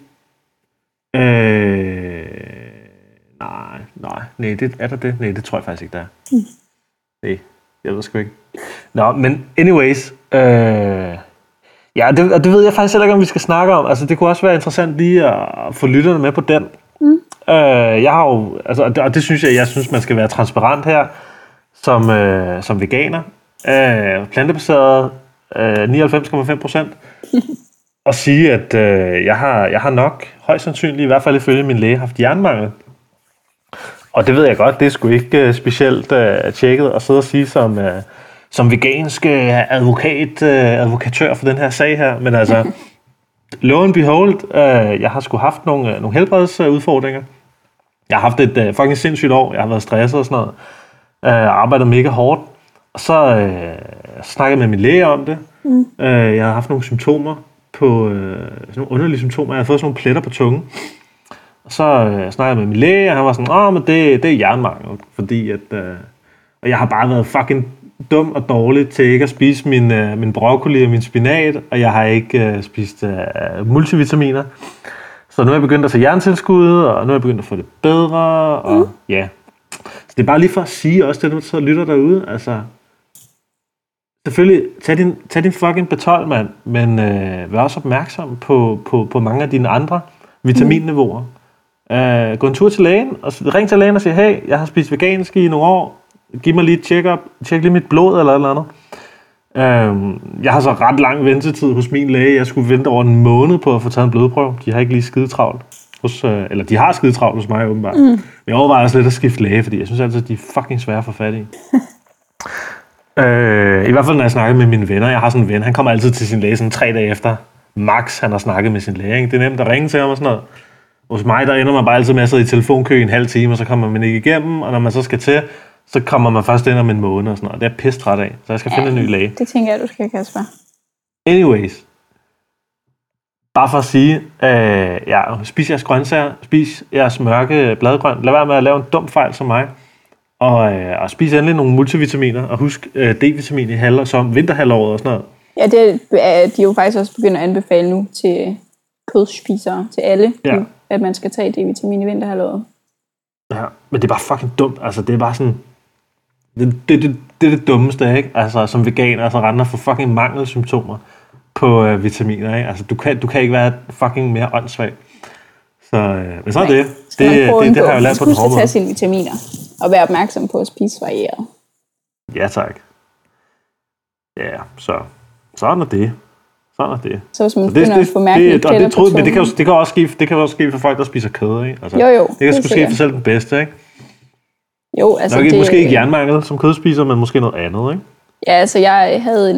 Speaker 1: Nej, er der det? Nej, det tror jeg faktisk ikke, der er. Nej, jeg ved sgu ikke. Nå, men anyways. Ja, det ved jeg faktisk heller ikke, om vi skal snakke om. Altså, det kunne også være interessant lige at få lytterne med på den. Jeg har jo, altså, og det synes jeg synes, man skal være transparent her, som veganer. Plantebaseret 99,5%. Og sige, at jeg har nok, højst sandsynligt, i hvert fald ifølge min læge, haft jernmangel. Og det ved jeg godt, det er sgu ikke specielt tjekket at sidde og sige som vegansk advokatør for den her sag her. Men altså, lo and behold, jeg har sgu haft nogle helbredsudfordringer. Jeg har haft et fucking sindssygt år. Jeg har været stresset og sådan noget. Arbejdet mega hårdt. Og så snakkede jeg med min læge om det. Jeg har haft nogle symptomer på sådan nogle underlige symptomer. Jeg har fået sådan nogle pletter på tungen. Og så snakkede jeg med min læge, og han var sådan, men det er jernmangel, fordi at... og jeg har bare været fucking dum og dårlig til ikke at spise min broccoli og min spinat, og jeg har ikke spist multivitaminer. Så nu er jeg begyndt at tage jerntilskud, og nu er jeg begyndt at få det bedre, og ja. Så det er bare lige for at sige også det, du så lytter derude, altså... Selvfølgelig, tag din fucking B12, mand, men vær også opmærksom på mange af dine andre vitaminniveauer. Gå en tur til lægen, og ring til lægen og sig, hey, jeg har spist vegansk i nogle år, giv mig lige et check-up, tjek lige mit blod eller noget andet. Jeg har så ret lang ventetid hos min læge, jeg skulle vente over en måned på at få taget en blodprøve, de har ikke lige skide travlt. Eller de har skide travlt hos mig åbenbart. Men jeg overvejer også lidt at skifte læge, fordi jeg synes altid, at de er fucking svære at få fat i. I hvert fald når jeg snakker med mine venner. Jeg har sådan en ven, han kommer altid til sin læge sådan 3 dage efter max han har snakket med sin læge, ikke? Det er nemt at ringe til ham og sådan noget. Hos mig der ender man bare altid med at sidde i telefonkø i en halv time, og så kommer man ikke igennem, og når man så skal til, så kommer man først ind om en måned og sådan noget. Det er jeg pisse træt af, så jeg skal finde en ny læge.
Speaker 2: Det tænker jeg, du skal, Kasper.
Speaker 1: Anyways. Bare for at sige, spis jeres grøntsager, spis jeres mørke bladgrøn. Lad være med at lave en dum fejl som mig. Og spis endelig nogle multivitaminer, og husk D-vitamin i vinterhalvåret og sådan noget. Ja,
Speaker 2: det er de jo faktisk også begyndt at anbefale nu til kødspisere, til alle, at man skal tage D-vitamin i vinterhalvåret.
Speaker 1: Ja, men det er bare fucking dumt. Altså, det er bare sådan... Det er det dummeste, ikke? Altså, som veganer, altså render for fucking mangelsymptomer på vitaminer, ikke? Altså, du kan ikke være fucking mere åndssvag. Så, men så er det. Det har jeg lært på den hårde måde.
Speaker 2: Tage sine vitaminer og være opmærksom på at spise varieret.
Speaker 1: Ja, tak. Ja, så er det. Sådan er det.
Speaker 2: Så hvis man begynder at få mærkelige pletter på tungen.
Speaker 1: Det kan også ske for folk, der spiser kød, ikke? Altså,
Speaker 2: Jo.
Speaker 1: Det kan sgu ske for selv den bedste, ikke?
Speaker 2: Jo, altså
Speaker 1: det er måske ikke jernmangel som kødspiser, men måske noget andet, ikke?
Speaker 2: Ja, altså jeg havde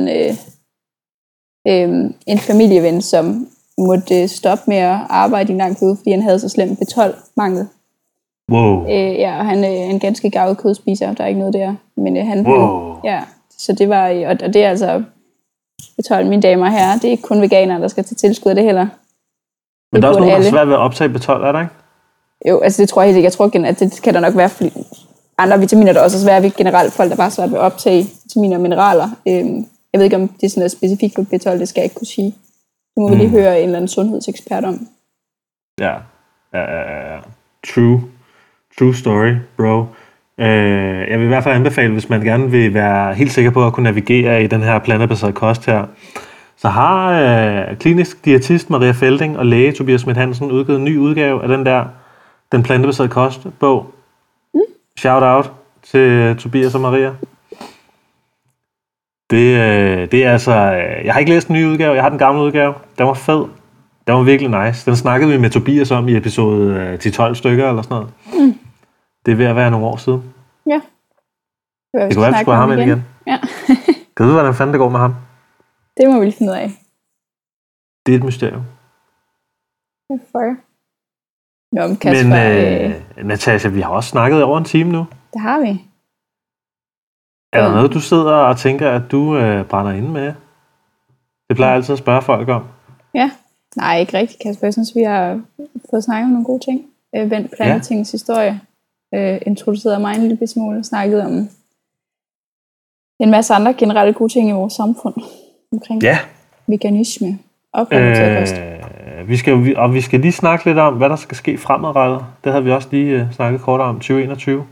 Speaker 2: en familieven, som måtte stoppe med at arbejde i en lang periode, fordi han havde så slem B12-mangel.
Speaker 1: Wow.
Speaker 2: Ja, og han er en ganske gavet kødspiser, der er ikke noget der. Men han
Speaker 1: wow.
Speaker 2: Ja, så det var, og det er altså B12, mine damer og herrer, det er ikke kun veganere, der skal til tilskud af det heller.
Speaker 1: Men der er også nogen, der er svært ved at optage B12, er der ikke?
Speaker 2: Jo, altså det tror jeg helt ikke. Jeg tror at det kan der nok være andre vitaminer, der også er svært ved generelt. Folk, der bare er svært ved at optage vitaminer og mineraler. Jeg ved ikke, om det er sådan noget specifikt for B12, det skal jeg ikke kunne sige. Det må vi lige høre en eller anden sundhedsekspert om.
Speaker 1: Ja. True story, bro. Jeg vil i hvert fald anbefale, hvis man gerne vil være helt sikker på at kunne navigere i den her plantebaserede kost her, så har klinisk diætist Maria Felding og læge Tobias Schmidt Hansen udgivet en ny udgave af den plantebaserede kostbog. Shout out til Tobias og Maria. Det er altså... Jeg har ikke læst den nye udgave, jeg har den gamle udgave. Den var fed. Den var virkelig nice. Den snakkede vi med Tobias om i episode 10-12 stykker eller sådan noget. Det er ved at være nogle år siden.
Speaker 2: Ja.
Speaker 1: Det kunne være, at vi skulle have ham ind igen.
Speaker 2: Ja.
Speaker 1: Kan du vide, hvordan fanden det går med ham?
Speaker 2: Det må vi lige finde ud af.
Speaker 1: Det er et mysterium.
Speaker 2: Hvorfor? Nå, men Kasper...
Speaker 1: Men Natasha, vi har også snakket over en time nu.
Speaker 2: Det har vi.
Speaker 1: Er der noget, du sidder og tænker, at du brænder inde med? Det plejer jeg altid at spørge folk om.
Speaker 2: Ja. Nej, ikke rigtigt, Kasper. Jeg synes, vi har fået snakket om nogle gode ting. Vendt plantetingens historie. Introduceret mig en lille smule. Snakket om en masse andre generelle gode ting i vores samfund. Omkring veganisme og plantebaseret kost.
Speaker 1: Vi skal lige snakke lidt om, hvad der skal ske fremadrettet. Det havde vi også lige snakket kort om 2021.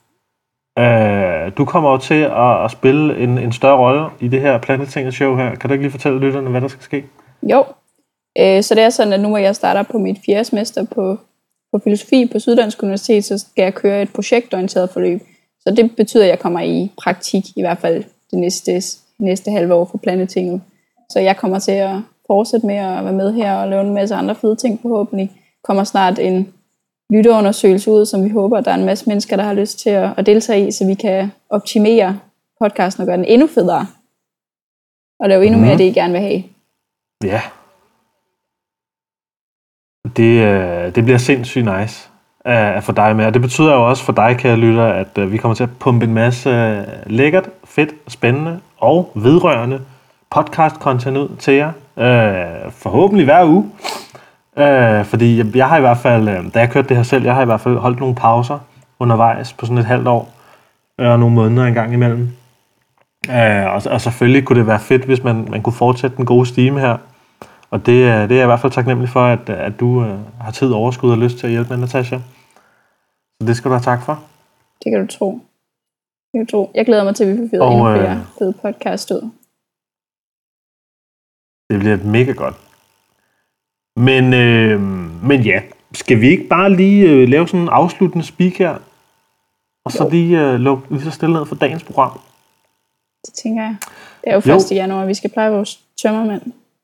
Speaker 1: Du kommer jo til at spille en større rolle i det her Plantetinget show her. Kan du ikke lige fortælle lytterne, hvad der skal ske?
Speaker 2: Jo. Så det er sådan, at nu hvor jeg starter på mit 4. semester på filosofi på Syddansk Universitet, så skal jeg køre et projektorienteret forløb. Så det betyder, at jeg kommer i praktik, i hvert fald det næste halve år for Plantetinget. Så jeg kommer til at fortsætte med at være med her og lave en masse andre fede ting forhåbentlig. Kommer snart en lytteundersøgelse ud, som vi håber, der er en masse mennesker, der har lyst til at deltage i, så vi kan optimere podcasten og gøre den endnu federe. Og lave endnu mere af det, I gerne vil have.
Speaker 1: Ja. Det bliver sindssygt nice at få dig med. Og det betyder jo også for dig, kære lytter, at vi kommer til at pumpe en masse lækkert, fedt, spændende og vedrørende podcast-content ud til jer. Forhåbentlig hver uge. Fordi jeg har i hvert fald, da jeg kørte det her selv, jeg har i hvert fald holdt nogle pauser undervejs på sådan et halvt år. Og nogle måneder en gang imellem. Og selvfølgelig kunne det være fedt, hvis man kunne fortsætte den gode stime her. Og det er jeg i hvert fald taknemmelig for, at du har tid, overskud og lyst til at hjælpe med, Natasha. Så det skal du have tak for.
Speaker 2: Det kan du tro. Jeg glæder mig til, at vi får endnu flere fede podcast ud.
Speaker 1: Det bliver mega godt. Men ja, skal vi ikke bare lige lave sådan en afsluttende speak her? Og så lige lukke lige så stille ned for dagens program?
Speaker 2: Det tænker jeg. Det er jo 1. januar, vi skal pleje vores tømmermænd.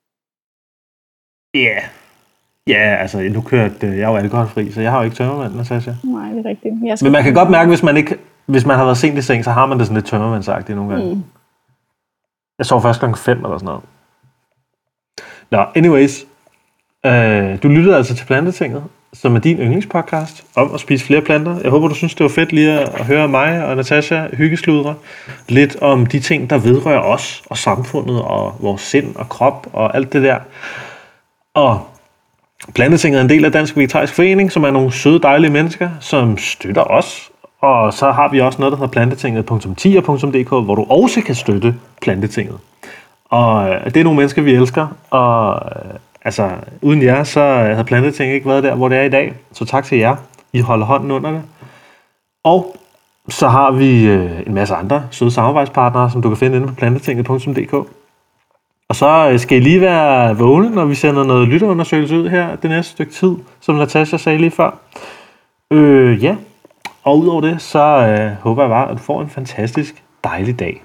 Speaker 1: Ja, altså nu kørte jeg er jo alkoholfri, så jeg har jo ikke tømmermænd, Natasha.
Speaker 2: Nej, det er rigtigt.
Speaker 1: Men man kan godt mærke, hvis man har været sent i seng, så har man det sådan lidt tømmermændsagtigt nogle gange. Jeg sov først kl. 5 eller sådan noget. Nå, anyways. Du lyttede altså til Plantetinget, som er din yndlingspodcast om at spise flere planter. Jeg håber, du synes, det var fedt lige at høre mig og Natasha hyggesludre lidt om de ting, der vedrører os og samfundet og vores sind og krop og alt det der. Og Plantetinget er en del af Dansk Vegetarisk Forening, som er nogle søde, dejlige mennesker, som støtter os. Og så har vi også noget, der hedder plantetinget.10.dk, hvor du også kan støtte Plantetinget. Og det er nogle mennesker, vi elsker, og altså uden jer, så havde Plantetinget ikke været der, hvor det er i dag. Så tak til jer. I holder hånden under det. Og så har vi en masse andre søde samarbejdspartnere, som du kan finde inde på plantetinget.dk. Og så skal I lige være vågne, når vi sender noget lytterundersøgelse ud her det næste stykke tid, som Natasha sagde lige før. Ja, og udover det, så håber jeg bare, at du får en fantastisk dejlig dag.